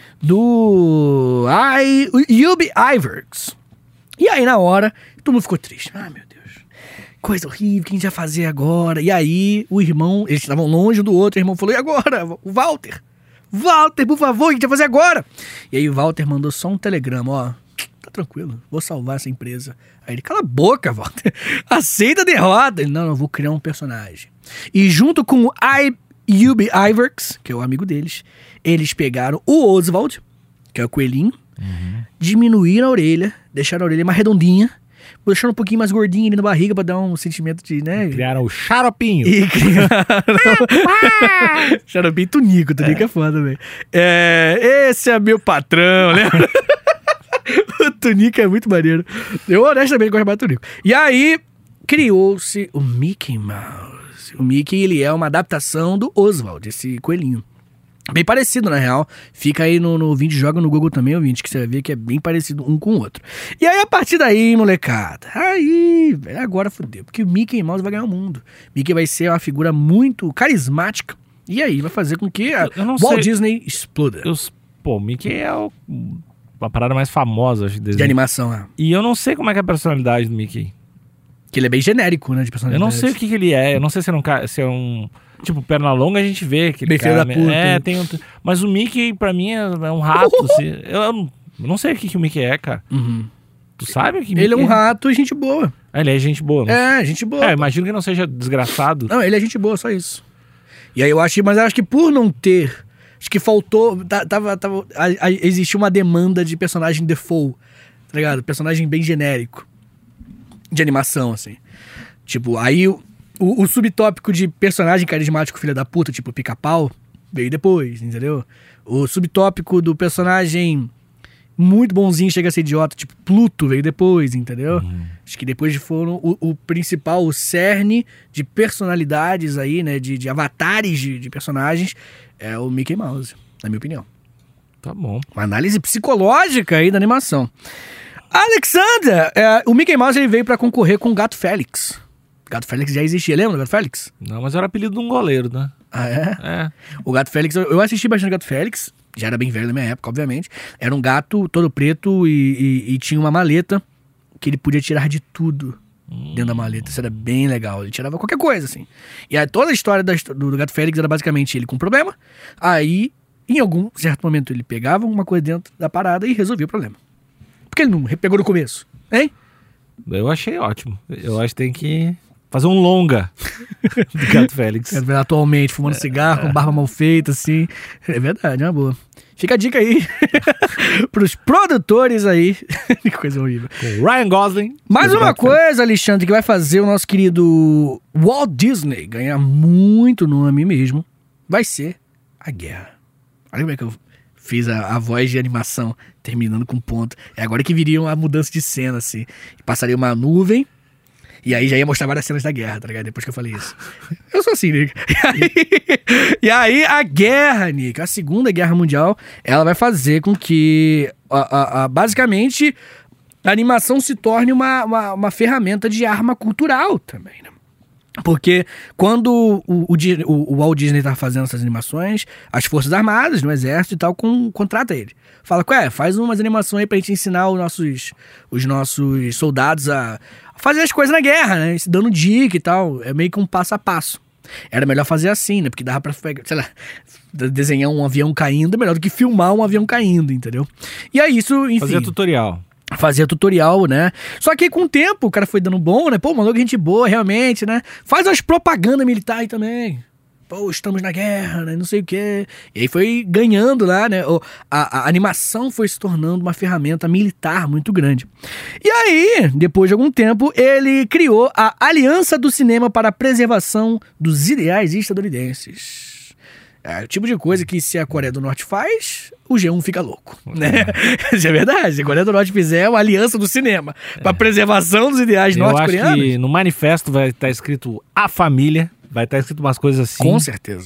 Speaker 3: Do... I... Ub Iwerks. E aí, na hora, todo mundo ficou triste. Ah, meu Deus. Coisa horrível, o que a gente vai fazer agora? E aí, o irmão... Eles estavam longe um do outro. O irmão falou, e agora? O Walter? Walter, por favor, o que a gente vai fazer agora? E aí, o Walter mandou só um telegrama, ó. Tá tranquilo, vou salvar essa empresa. Aí ele, cala a boca, Walter. Aceita a derrota. Ele, não, eu vou criar um personagem. E junto com o I, Ub Iwerks, que é o amigo deles, eles pegaram o Oswald, que é o coelhinho, uhum. diminuíram a orelha, deixaram a orelha mais redondinha, deixaram um pouquinho mais gordinha ali na barriga pra dar um sentimento de, né?
Speaker 2: Criaram o Xaropinho.
Speaker 3: E criaram... Xaropinho e Tunico, Tunico é, é foda, velho. É, esse é meu patrão, lembra? O Tunico é muito maneiro. Eu honestamente gosto mais do Tunico. E aí, criou-se o Mickey Mouse. O Mickey, ele é uma adaptação do Oswald, esse coelhinho. Bem parecido, na real. Fica aí no, no vídeo, joga no Google também, ouvinte, que você vai ver que é bem parecido um com o outro. E aí, a partir daí, molecada, aí, velho, agora fodeu. Porque o Mickey Mouse vai ganhar o mundo. Mickey vai ser uma figura muito carismática. E aí, vai fazer com que a Walt sei. Disney exploda.
Speaker 2: Eu, pô, o Mickey é o... a parada mais famosa, acho,
Speaker 3: de animação, é.
Speaker 2: E eu não sei como é que é a personalidade do Mickey.
Speaker 3: Que ele é bem genérico, né, de personalidade.
Speaker 2: Eu não sei o que, que ele é. Eu não sei se é um, se é um tipo, perna longa a gente vê que
Speaker 3: bem filho da puta.
Speaker 2: É, tem um... Mas o Mickey, pra mim, é, é um rato. assim. eu, eu, não, eu não sei o que, que o Mickey é, cara.
Speaker 3: Uhum.
Speaker 2: Tu sabe o que
Speaker 3: Ele
Speaker 2: Mickey
Speaker 3: é um rato e gente boa.
Speaker 2: Ah, ele é gente boa. Não?
Speaker 3: É, gente boa.
Speaker 2: É, imagino que não seja desgraçado.
Speaker 3: Não, ele é gente boa, só isso. E aí eu acho, mas eu acho que por não ter... Acho que faltou, tava, tava, a, a, existiu uma demanda de personagem default, tá ligado? Personagem bem genérico, de animação, assim. Tipo, aí o, o, o subtópico de personagem carismático filha da puta, tipo Pica-Pau, veio depois, entendeu? O subtópico do personagem muito bonzinho, chega a ser idiota, tipo Pluto, veio depois, entendeu? Uhum. Acho que depois foram o, o principal, o cerne de personalidades aí, né? De, de avatares de, de personagens, é o Mickey Mouse, na minha opinião.
Speaker 2: Tá bom.
Speaker 3: Uma análise psicológica aí da animação. Alexander, é, o Mickey Mouse ele veio pra concorrer com o Gato Félix. O Gato Félix já existia, lembra do Gato Félix?
Speaker 2: Não, mas era apelido de um goleiro, né?
Speaker 3: Ah, é?
Speaker 2: É.
Speaker 3: O Gato Félix, eu, eu assisti bastante o Gato Félix, já era bem velho na minha época, obviamente. Era um gato todo preto e, e, e tinha uma maleta que ele podia tirar de tudo hum. dentro da maleta. Isso era bem legal. Ele tirava qualquer coisa, assim. E aí, toda a história da, do, do Gato Félix era basicamente ele com um problema. Aí, em algum certo momento, ele pegava alguma coisa dentro da parada e resolvia o problema. Por que ele não pegou no começo? Hein?
Speaker 2: Eu achei ótimo. Eu acho que tem que fazer um longa do Gato Félix.
Speaker 3: É, atualmente, fumando é, cigarro, é. com barba mal feita, assim. É verdade, é uma boa. Fica a dica aí pros produtores aí. Que coisa horrível.
Speaker 2: Com Ryan Gosling.
Speaker 3: Mais uma coisa, Alexandre, que vai fazer o nosso querido Walt Disney ganhar muito nome mesmo, vai ser a guerra. Olha como é que eu fiz a, a voz de animação, terminando com ponto. É agora que viria a mudança de cena, assim. Passaria uma nuvem, e aí já ia mostrar várias cenas da guerra, tá ligado? Depois que eu falei isso. Eu sou assim, Nick. E aí, e aí a guerra, Nick, a Segunda Guerra Mundial, ela vai fazer com que, a, a, a, basicamente, a animação se torne uma, uma, uma ferramenta de arma cultural também, né? Porque quando o, o, o, o Walt Disney tá fazendo essas animações, as Forças Armadas, no Exército e tal, com, contrata ele. Fala, ué, faz umas animações aí pra gente ensinar os nossos, os nossos soldados a fazer as coisas na guerra, né? Se dando dica e tal. É meio que um passo a passo. Era melhor fazer assim, né? Porque dava pra, sei lá, desenhar um avião caindo é melhor do que filmar um avião caindo, entendeu? E aí isso, enfim...
Speaker 2: Fazia tutorial.
Speaker 3: Fazia tutorial, né? Só que com o tempo o cara foi dando bom, né? Pô, mandou gente boa, realmente, né? Faz umas propaganda militar aí também. Pô, estamos na guerra, né? Não sei o quê. E aí foi ganhando lá, né? A, a animação foi se tornando uma ferramenta militar muito grande. E aí, depois de algum tempo, ele criou a Aliança do Cinema para a Preservação dos Ideais Estadunidenses. É o tipo de coisa que se a Coreia do Norte faz, o G um fica louco, né? Isso é verdade. Se a Coreia do Norte fizer uma aliança do cinema é. para preservação dos ideais norte-coreanos...
Speaker 2: Eu acho que no manifesto vai estar escrito a família, vai estar escrito umas coisas assim.
Speaker 3: Com certeza.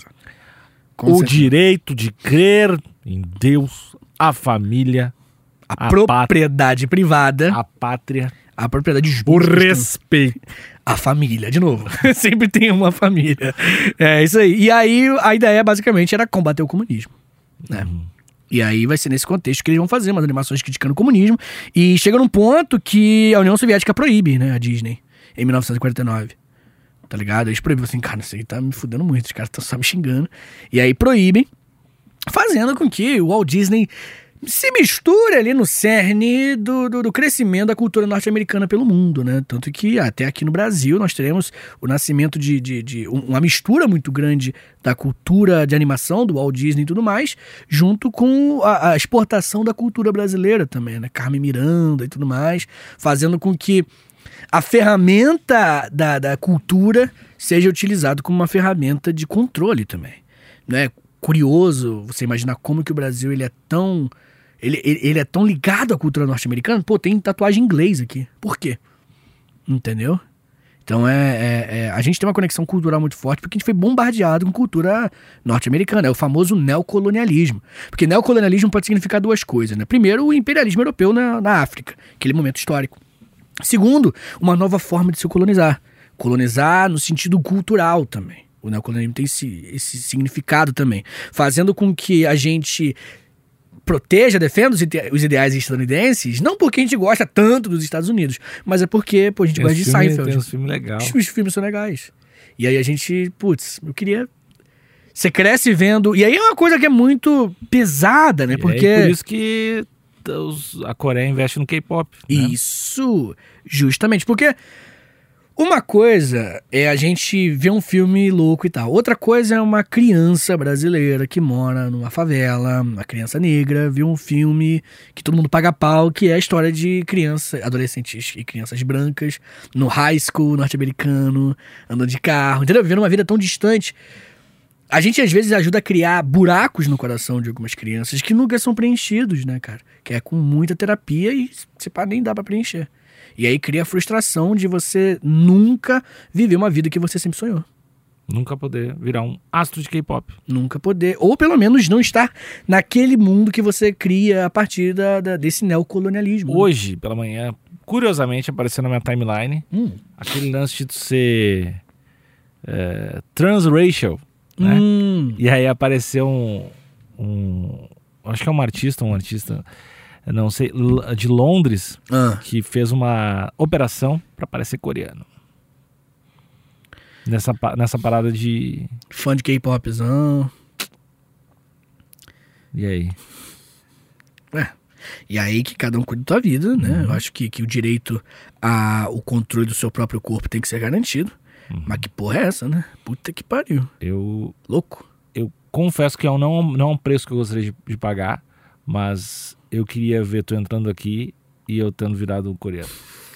Speaker 3: Com
Speaker 2: o
Speaker 3: certeza.
Speaker 2: direito de crer em Deus, a família,
Speaker 3: a, a propriedade pátria, privada,
Speaker 2: a pátria,
Speaker 3: a propriedade justa.
Speaker 2: O respeito.
Speaker 3: A família, de novo. Sempre tem uma família. É isso aí. E aí, a ideia basicamente era combater o comunismo. Né? Uhum. E aí vai ser nesse contexto que eles vão fazer umas animações criticando o comunismo. E chega num ponto que a União Soviética proíbe, né, a Disney, em mil novecentos e quarenta e nove. Tá ligado? Eles proíbem assim, cara, isso aí tá me fudendo muito, os caras estão só me xingando. E aí proíbem, fazendo com que o Walt Disney se misture ali no cerne do, do, do crescimento da cultura norte-americana pelo mundo, né? Tanto que até aqui no Brasil nós teremos o nascimento de, de, de uma mistura muito grande da cultura de animação do Walt Disney e tudo mais, junto com a, a exportação da cultura brasileira também, né? Carmen Miranda e tudo mais, fazendo com que a ferramenta da, da cultura seja utilizada como uma ferramenta de controle também, né? Curioso você imaginar como que o Brasil ele é tão ele, ele, ele é tão ligado à cultura norte-americana. Pô, tem tatuagem em inglês aqui. Por quê? Entendeu? Então é, é, é a gente tem uma conexão cultural muito forte porque a gente foi bombardeado com cultura norte-americana. É o famoso neocolonialismo. Porque neocolonialismo pode significar duas coisas, né? Primeiro, o imperialismo europeu na, na África, aquele momento histórico. Segundo, uma nova forma de se colonizar. Colonizar no sentido cultural também. O neocolonialismo tem esse, esse significado também, fazendo com que a gente proteja, defenda os, ide- os ideais estadunidenses, não porque a gente gosta tanto dos Estados Unidos, mas é porque pô, a gente
Speaker 2: tem
Speaker 3: gosta de
Speaker 2: filme,
Speaker 3: Seinfeld.
Speaker 2: Tem uns filmes legais.
Speaker 3: Os filmes são legais. E aí a gente, putz, eu queria... Você cresce vendo... E aí é uma coisa que é muito pesada, né? Porque...
Speaker 2: É por isso que os, a Coreia investe no K-pop. Né?
Speaker 3: Isso, justamente, porque... Uma coisa é a gente ver um filme louco e tal. Outra coisa é uma criança brasileira que mora numa favela, uma criança negra, ver um filme que todo mundo paga pau, que é a história de crianças, adolescentes e crianças brancas no high school norte-americano, andando de carro, entendeu? Vivendo uma vida tão distante. A gente às vezes ajuda a criar buracos no coração de algumas crianças que nunca são preenchidos, né, cara? Que é com muita terapia e se pá, nem dá pra preencher. E aí cria a frustração de você nunca viver uma vida que você sempre sonhou.
Speaker 2: Nunca poder virar um astro de K-pop.
Speaker 3: Nunca poder, ou pelo menos não estar naquele mundo que você cria a partir da, da, desse neocolonialismo.
Speaker 2: Hoje, pela manhã, curiosamente apareceu na minha timeline hum. aquele lance de ser é, transracial, né? Hum. E aí apareceu um, um... acho que é um artista, um artista... não sei, de Londres, ah. que fez uma operação pra parecer coreano. Nessa, nessa parada de...
Speaker 3: Fã de K-popzão.
Speaker 2: E aí?
Speaker 3: É. E aí que cada um cuida da sua vida, né? Uhum. Eu acho que, que o direito ao controle do seu próprio corpo tem que ser garantido. Uhum. Mas que porra é essa, né? Puta que pariu.
Speaker 2: Eu...
Speaker 3: Louco.
Speaker 2: Eu confesso que é um, não, não é um preço que eu gostaria de, de pagar, mas... eu queria ver tu entrando aqui e eu tendo virado um coreano.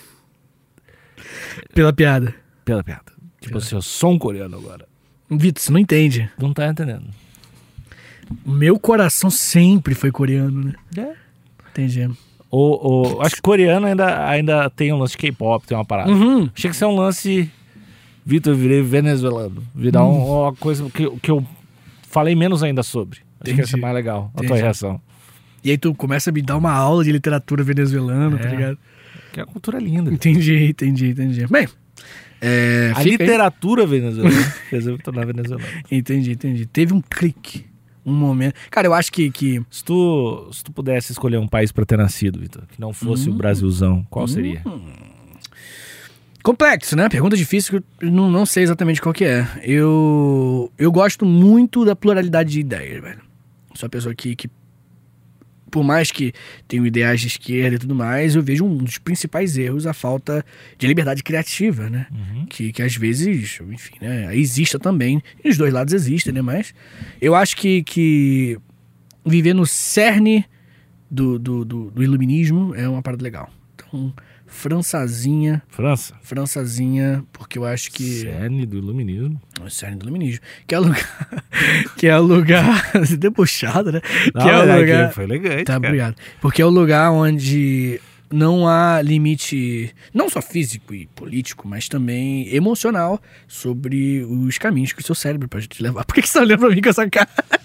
Speaker 3: Pela piada.
Speaker 2: Pela piada. Tipo assim, eu sou um coreano agora.
Speaker 3: Vitor, você não entende.
Speaker 2: Não tá entendendo.
Speaker 3: Meu coração sempre foi coreano, né?
Speaker 2: É.
Speaker 3: Entendi.
Speaker 2: O, o, acho que coreano ainda, ainda tem um lance de K-pop, tem uma parada.
Speaker 3: Uhum.
Speaker 2: Achei que isso é um lance... Vitor, eu virei venezuelano. Virar uhum. um, uma coisa que, que eu falei menos ainda sobre. Acho Entendi. Que ia ser mais legal a Entendi. Tua reação.
Speaker 3: E aí tu começa a me dar uma aula de literatura venezuelana, é, tá ligado?
Speaker 2: Que é uma cultura linda.
Speaker 3: Entendi, entendi, entendi. Bem, é,
Speaker 2: a literatura aí. Venezuelana fez eu me tornar venezuelano.
Speaker 3: Entendi, entendi. Teve um clique, um momento. Cara, eu acho que... que...
Speaker 2: Se, tu, se tu pudesse escolher um país pra ter nascido, Vitor, que não fosse hum. o Brasilzão, qual hum. seria?
Speaker 3: Complexo, né? Pergunta difícil que eu não, não sei exatamente qual que é. Eu, eu gosto muito da pluralidade de ideias, velho. Sou uma pessoa que... que por mais que tenha ideais de esquerda e tudo mais, eu vejo um dos principais erros a falta de liberdade criativa, né? Uhum. Que, que às vezes, enfim, né? Exista também. E os dois lados existem, né? Mas eu acho que, que viver no cerne do, do, do, do iluminismo é uma parada legal. Então, Françazinha.
Speaker 2: França?
Speaker 3: Françazinha, porque eu acho que...
Speaker 2: Cerne do iluminismo.
Speaker 3: O cerne do iluminismo. Que é o lugar... que é o lugar... debochado, né?
Speaker 2: Não,
Speaker 3: que é o lugar...
Speaker 2: Que foi elegante,
Speaker 3: Tá,
Speaker 2: cara.
Speaker 3: Obrigado. Porque é o lugar onde não há limite, não só físico e político, mas também emocional sobre os caminhos que o seu cérebro pode te levar. Por que, que você tá olhando pra mim com essa cara?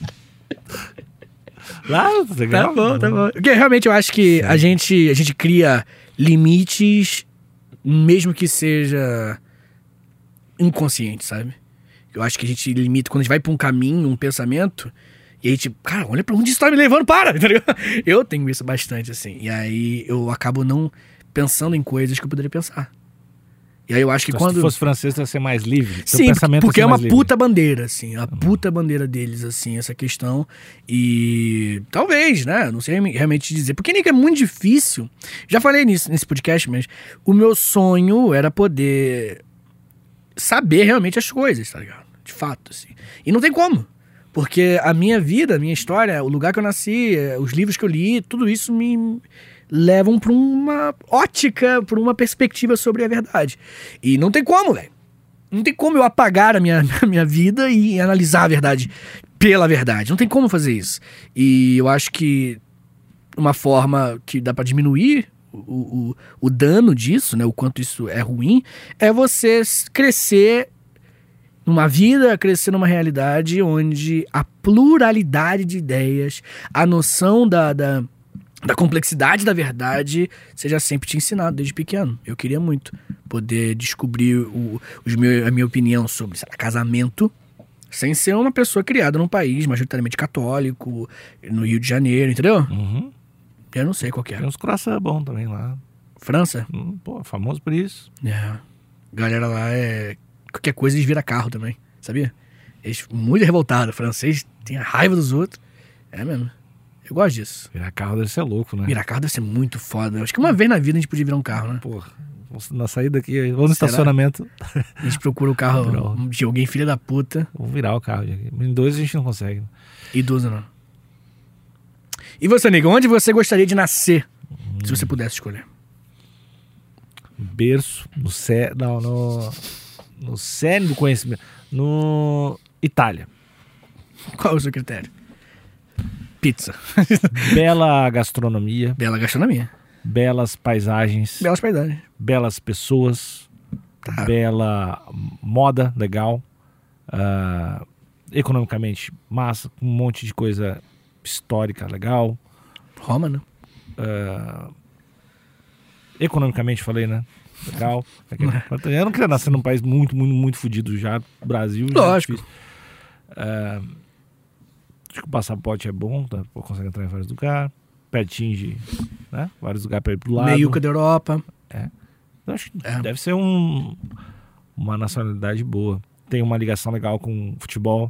Speaker 2: Lá, legal.
Speaker 3: Tá bom, tá bom. Porque realmente eu acho que a gente, a gente cria limites mesmo que seja inconsciente, sabe? Eu acho que a gente limita, quando a gente vai pra um caminho, um pensamento, e aí, tipo, cara, olha pra onde isso tá me levando, para! Tá ligado? Eu tenho isso bastante, assim. E aí eu acabo não pensando em coisas que eu poderia pensar. E aí eu acho que
Speaker 2: Então,
Speaker 3: quando...
Speaker 2: se tu fosse francês, tu ia ser mais livre. Teu
Speaker 3: Sim,
Speaker 2: pensamento
Speaker 3: porque
Speaker 2: ia ser
Speaker 3: é uma
Speaker 2: mais livre.
Speaker 3: puta bandeira, assim. A puta bandeira deles, assim, essa questão. E talvez, né? Não sei realmente dizer. Porque, Nick, é muito difícil. Já falei nisso nesse podcast, mas o meu sonho era poder saber realmente as coisas, tá ligado? De fato, assim. E não tem como. Porque a minha vida, a minha história, o lugar que eu nasci, os livros que eu li, tudo isso me levam pra uma ótica, pra uma perspectiva sobre a verdade. E não tem como, velho. Não tem como eu apagar a minha, a minha vida e analisar a verdade pela verdade. Não tem como fazer isso. E eu acho que uma forma que dá pra diminuir o, o, o dano disso, né, o quanto isso é ruim, é você crescer numa vida, crescer numa realidade onde a pluralidade de ideias, a noção da, da, da complexidade da verdade seja sempre te ensinado desde pequeno. Eu queria muito poder descobrir o, os meu, a minha opinião sobre, sei lá, casamento sem ser uma pessoa criada num país majoritariamente católico, no Rio de Janeiro, entendeu?
Speaker 2: Uhum.
Speaker 3: Eu não sei qual que é.
Speaker 2: Tem uns croissants bons também lá.
Speaker 3: França?
Speaker 2: Hum, pô, famoso por isso.
Speaker 3: É. Galera lá é... Qualquer coisa eles viram carro também, sabia? Eles muito revoltados. O francês tem a raiva dos outros. É mesmo. Eu gosto disso.
Speaker 2: Virar carro deve ser louco, né?
Speaker 3: Virar carro deve ser muito foda. Eu acho que uma vez na vida a gente podia virar um carro, né?
Speaker 2: Porra, vamos na saída aqui, vamos no
Speaker 3: Será?
Speaker 2: estacionamento.
Speaker 3: A gente procura o carro
Speaker 2: Virar.
Speaker 3: de alguém filha da puta.
Speaker 2: Vamos virar o carro. Em dois a gente não consegue.
Speaker 3: Idoso não. E você, Nico, onde você gostaria de nascer? Hum. Se você pudesse escolher.
Speaker 2: Berço, no cé... Não, no... No cerne do conhecimento. No... Itália.
Speaker 3: Qual é o seu critério? Pizza.
Speaker 2: Bela gastronomia.
Speaker 3: Bela gastronomia.
Speaker 2: Belas paisagens.
Speaker 3: Belas paisagens.
Speaker 2: Belas pessoas.
Speaker 3: Tá.
Speaker 2: Bela moda legal. Uh, economicamente massa. Um monte de coisa histórica legal.
Speaker 3: Roma, né?
Speaker 2: Uh, economicamente, falei, né? Legal. Eu não queria nascer num país muito, muito, muito fodido já. Brasil.
Speaker 3: Lógico.
Speaker 2: Já é uh, acho que o passaporte é bom, tá? Pô, consegue entrar em vários lugares. Pertinho de, né? Vários lugares pra ir pro lado.
Speaker 3: Meiuca da Europa.
Speaker 2: É. Eu acho que
Speaker 3: É.
Speaker 2: deve ser um, uma nacionalidade boa. Tem uma ligação legal com futebol.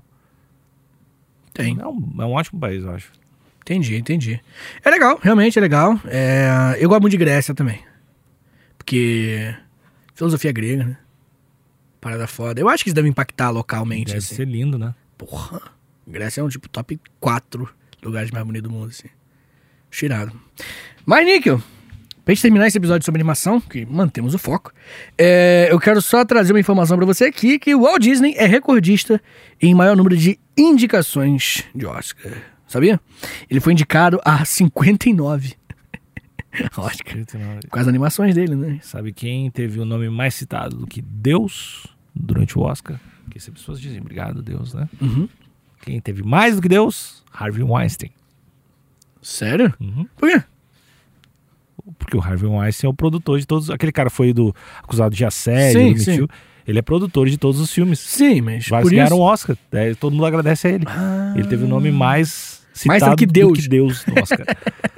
Speaker 3: Tem.
Speaker 2: É um, é um ótimo país, eu acho.
Speaker 3: Entendi, entendi. É legal, realmente é legal. É, eu gosto muito de Grécia também. Porque filosofia grega, né? Parada foda. Eu acho que isso deve impactar localmente,
Speaker 2: Deve
Speaker 3: assim.
Speaker 2: ser lindo, né?
Speaker 3: Porra. Grécia é um tipo top quatro lugares mais bonitos do mundo, assim. Cheirado. Mas, Níquel, pra gente terminar esse episódio sobre animação, que mantemos o foco, é, eu quero só trazer uma informação pra você aqui, que o Walt Disney é recordista em maior número de indicações de Oscar. Sabia? Ele foi indicado a cinquenta e nove. Oscar. Com as animações dele, né?
Speaker 2: Sabe quem teve o nome mais citado do que Deus durante o Oscar? Porque as pessoas dizem, obrigado, Deus, né?
Speaker 3: Uhum.
Speaker 2: Quem teve mais do que Deus? Harvey Weinstein.
Speaker 3: Sério?
Speaker 2: Uhum.
Speaker 3: Por quê?
Speaker 2: Porque o Harvey Weinstein é o produtor de todos... Aquele cara foi do, acusado de assédio,
Speaker 3: Sim,
Speaker 2: ele mentiu.
Speaker 3: sim.
Speaker 2: Ele é produtor de todos os filmes.
Speaker 3: Sim, mas
Speaker 2: Vários
Speaker 3: por
Speaker 2: ganharam
Speaker 3: isso...
Speaker 2: um Oscar. É, todo mundo agradece a ele.
Speaker 3: Ah.
Speaker 2: Ele teve o nome mais
Speaker 3: Mais
Speaker 2: citado
Speaker 3: do que Deus.
Speaker 2: do que Deus no Oscar.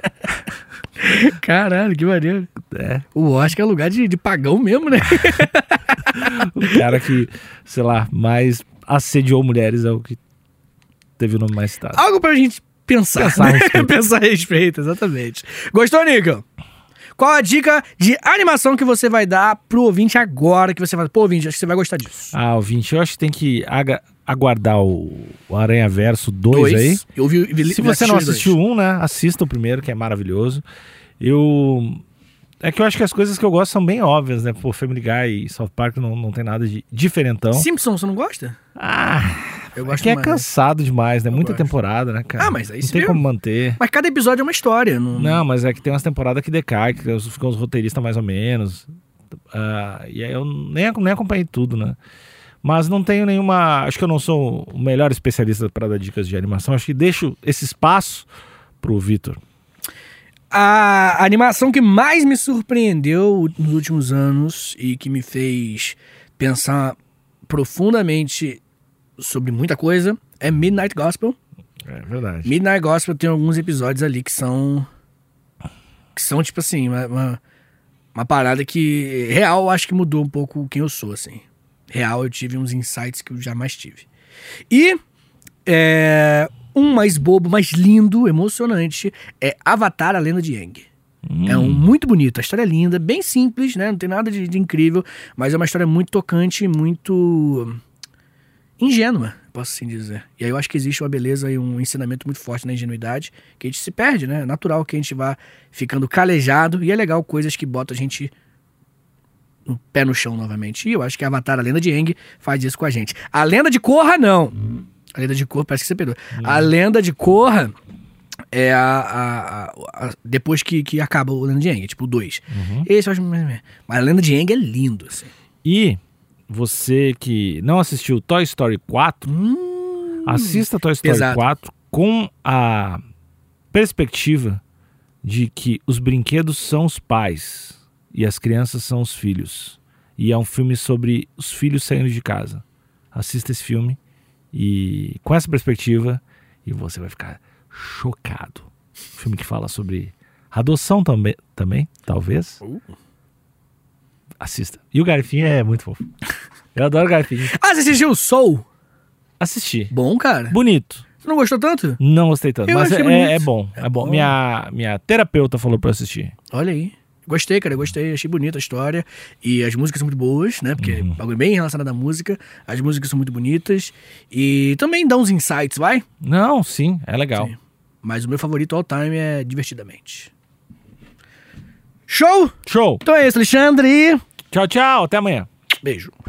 Speaker 3: Caralho, que maneiro.
Speaker 2: É.
Speaker 3: O Oscar é lugar de, de pagão mesmo, né?
Speaker 2: O cara que, sei lá, mais assediou mulheres é o que teve o nome mais citado.
Speaker 3: Algo pra gente pensar.
Speaker 2: Pensar a
Speaker 3: né?
Speaker 2: respeito.
Speaker 3: Pensar a respeito, exatamente. Gostou, Nico? Qual a dica de animação que você vai dar pro ouvinte agora? Que você vai... Pô, ouvinte, acho que você vai gostar disso.
Speaker 2: Ah, ouvinte, eu acho que tem que aga- aguardar o, o Aranha Verso dois aí.
Speaker 3: Eu vi, vi,
Speaker 2: Se
Speaker 3: vi-
Speaker 2: você não
Speaker 3: assisti os
Speaker 2: assistiu
Speaker 3: dois.
Speaker 2: um, né, assista o primeiro, que é maravilhoso. Eu... É que eu acho que as coisas que eu gosto são bem óbvias, né? Pô, Family Guy e South Park não, não tem nada de diferentão.
Speaker 3: Simpsons, você não gosta?
Speaker 2: Ah,
Speaker 3: Eu
Speaker 2: é
Speaker 3: gosto
Speaker 2: que é
Speaker 3: mais.
Speaker 2: cansado demais, né?
Speaker 3: Eu
Speaker 2: Muita
Speaker 3: gosto.
Speaker 2: temporada, né, cara?
Speaker 3: Ah, mas aí
Speaker 2: não
Speaker 3: se
Speaker 2: tem
Speaker 3: viu.
Speaker 2: como manter.
Speaker 3: Mas cada episódio é uma história. Não...
Speaker 2: Não, mas é que tem umas temporadas que decai, que ficam os roteiristas mais ou menos. Ah, e aí eu nem, nem acompanhei tudo, né? Mas não tenho nenhuma... Acho que eu não sou o melhor especialista para dar dicas de animação. Acho que deixo esse espaço pro Vitor.
Speaker 3: A animação que mais me surpreendeu nos últimos anos e que me fez pensar profundamente sobre muita coisa é Midnight Gospel.
Speaker 2: É verdade.
Speaker 3: Midnight Gospel tem alguns episódios ali que são... Que são, tipo assim, uma, uma, uma parada que... Real, eu acho que mudou um pouco quem eu sou, assim. Real, eu tive uns insights que eu jamais tive. E... É, um mais bobo, mais lindo, emocionante, é Avatar, a Lenda de Aang. Hum. É um muito bonito, a história é linda, bem simples, né? Não tem nada de, de incrível, mas é uma história muito tocante, muito ingênua, posso assim dizer. E aí eu acho que existe uma beleza e um ensinamento muito forte na ingenuidade, que a gente se perde, né? É natural que a gente vá ficando calejado, e é legal coisas que botam a gente um pé no chão novamente. E eu acho que Avatar, a Lenda de Aang, faz isso com a gente. A Lenda de Korra, não. Hum. A Lenda de Korra, parece que você perdeu. Hum. A Lenda de Korra é a, a, a, a depois que, que acaba o Lenda de Aang, tipo o dois. Uhum. Esse eu acho... Mas a Lenda de Aang é lindo, assim.
Speaker 2: E você que não assistiu Toy Story quatro, hum, assista Toy Story
Speaker 3: exato.
Speaker 2: quatro com a perspectiva de que os brinquedos são os pais e as crianças são os filhos. E é um filme sobre os filhos saindo de casa. Assista esse filme e com essa perspectiva e você vai ficar chocado. Filme que fala sobre adoção também, também talvez. Uh. Assista. E o Garfinho é muito fofo. Eu adoro o Garfinho.
Speaker 3: Ah, você assistiu o Soul?
Speaker 2: Assisti.
Speaker 3: Bom, cara.
Speaker 2: Bonito.
Speaker 3: Você não gostou tanto?
Speaker 2: Não gostei tanto,
Speaker 3: eu
Speaker 2: mas é,
Speaker 3: é,
Speaker 2: é bom. É, é bom. bom. Minha, minha terapeuta falou pra eu assistir.
Speaker 3: Olha aí. Gostei, cara, gostei, achei bonita a história. E as músicas são muito boas, né? Porque uhum. é algo bem relacionado à música. As músicas são muito bonitas. E também dá uns insights, vai?
Speaker 2: Não, sim, é legal. Sim.
Speaker 3: Mas o meu favorito all time é Divertidamente. Show?
Speaker 2: Show!
Speaker 3: Então é isso, Alexandre.
Speaker 2: Tchau, tchau, até amanhã.
Speaker 3: Beijo.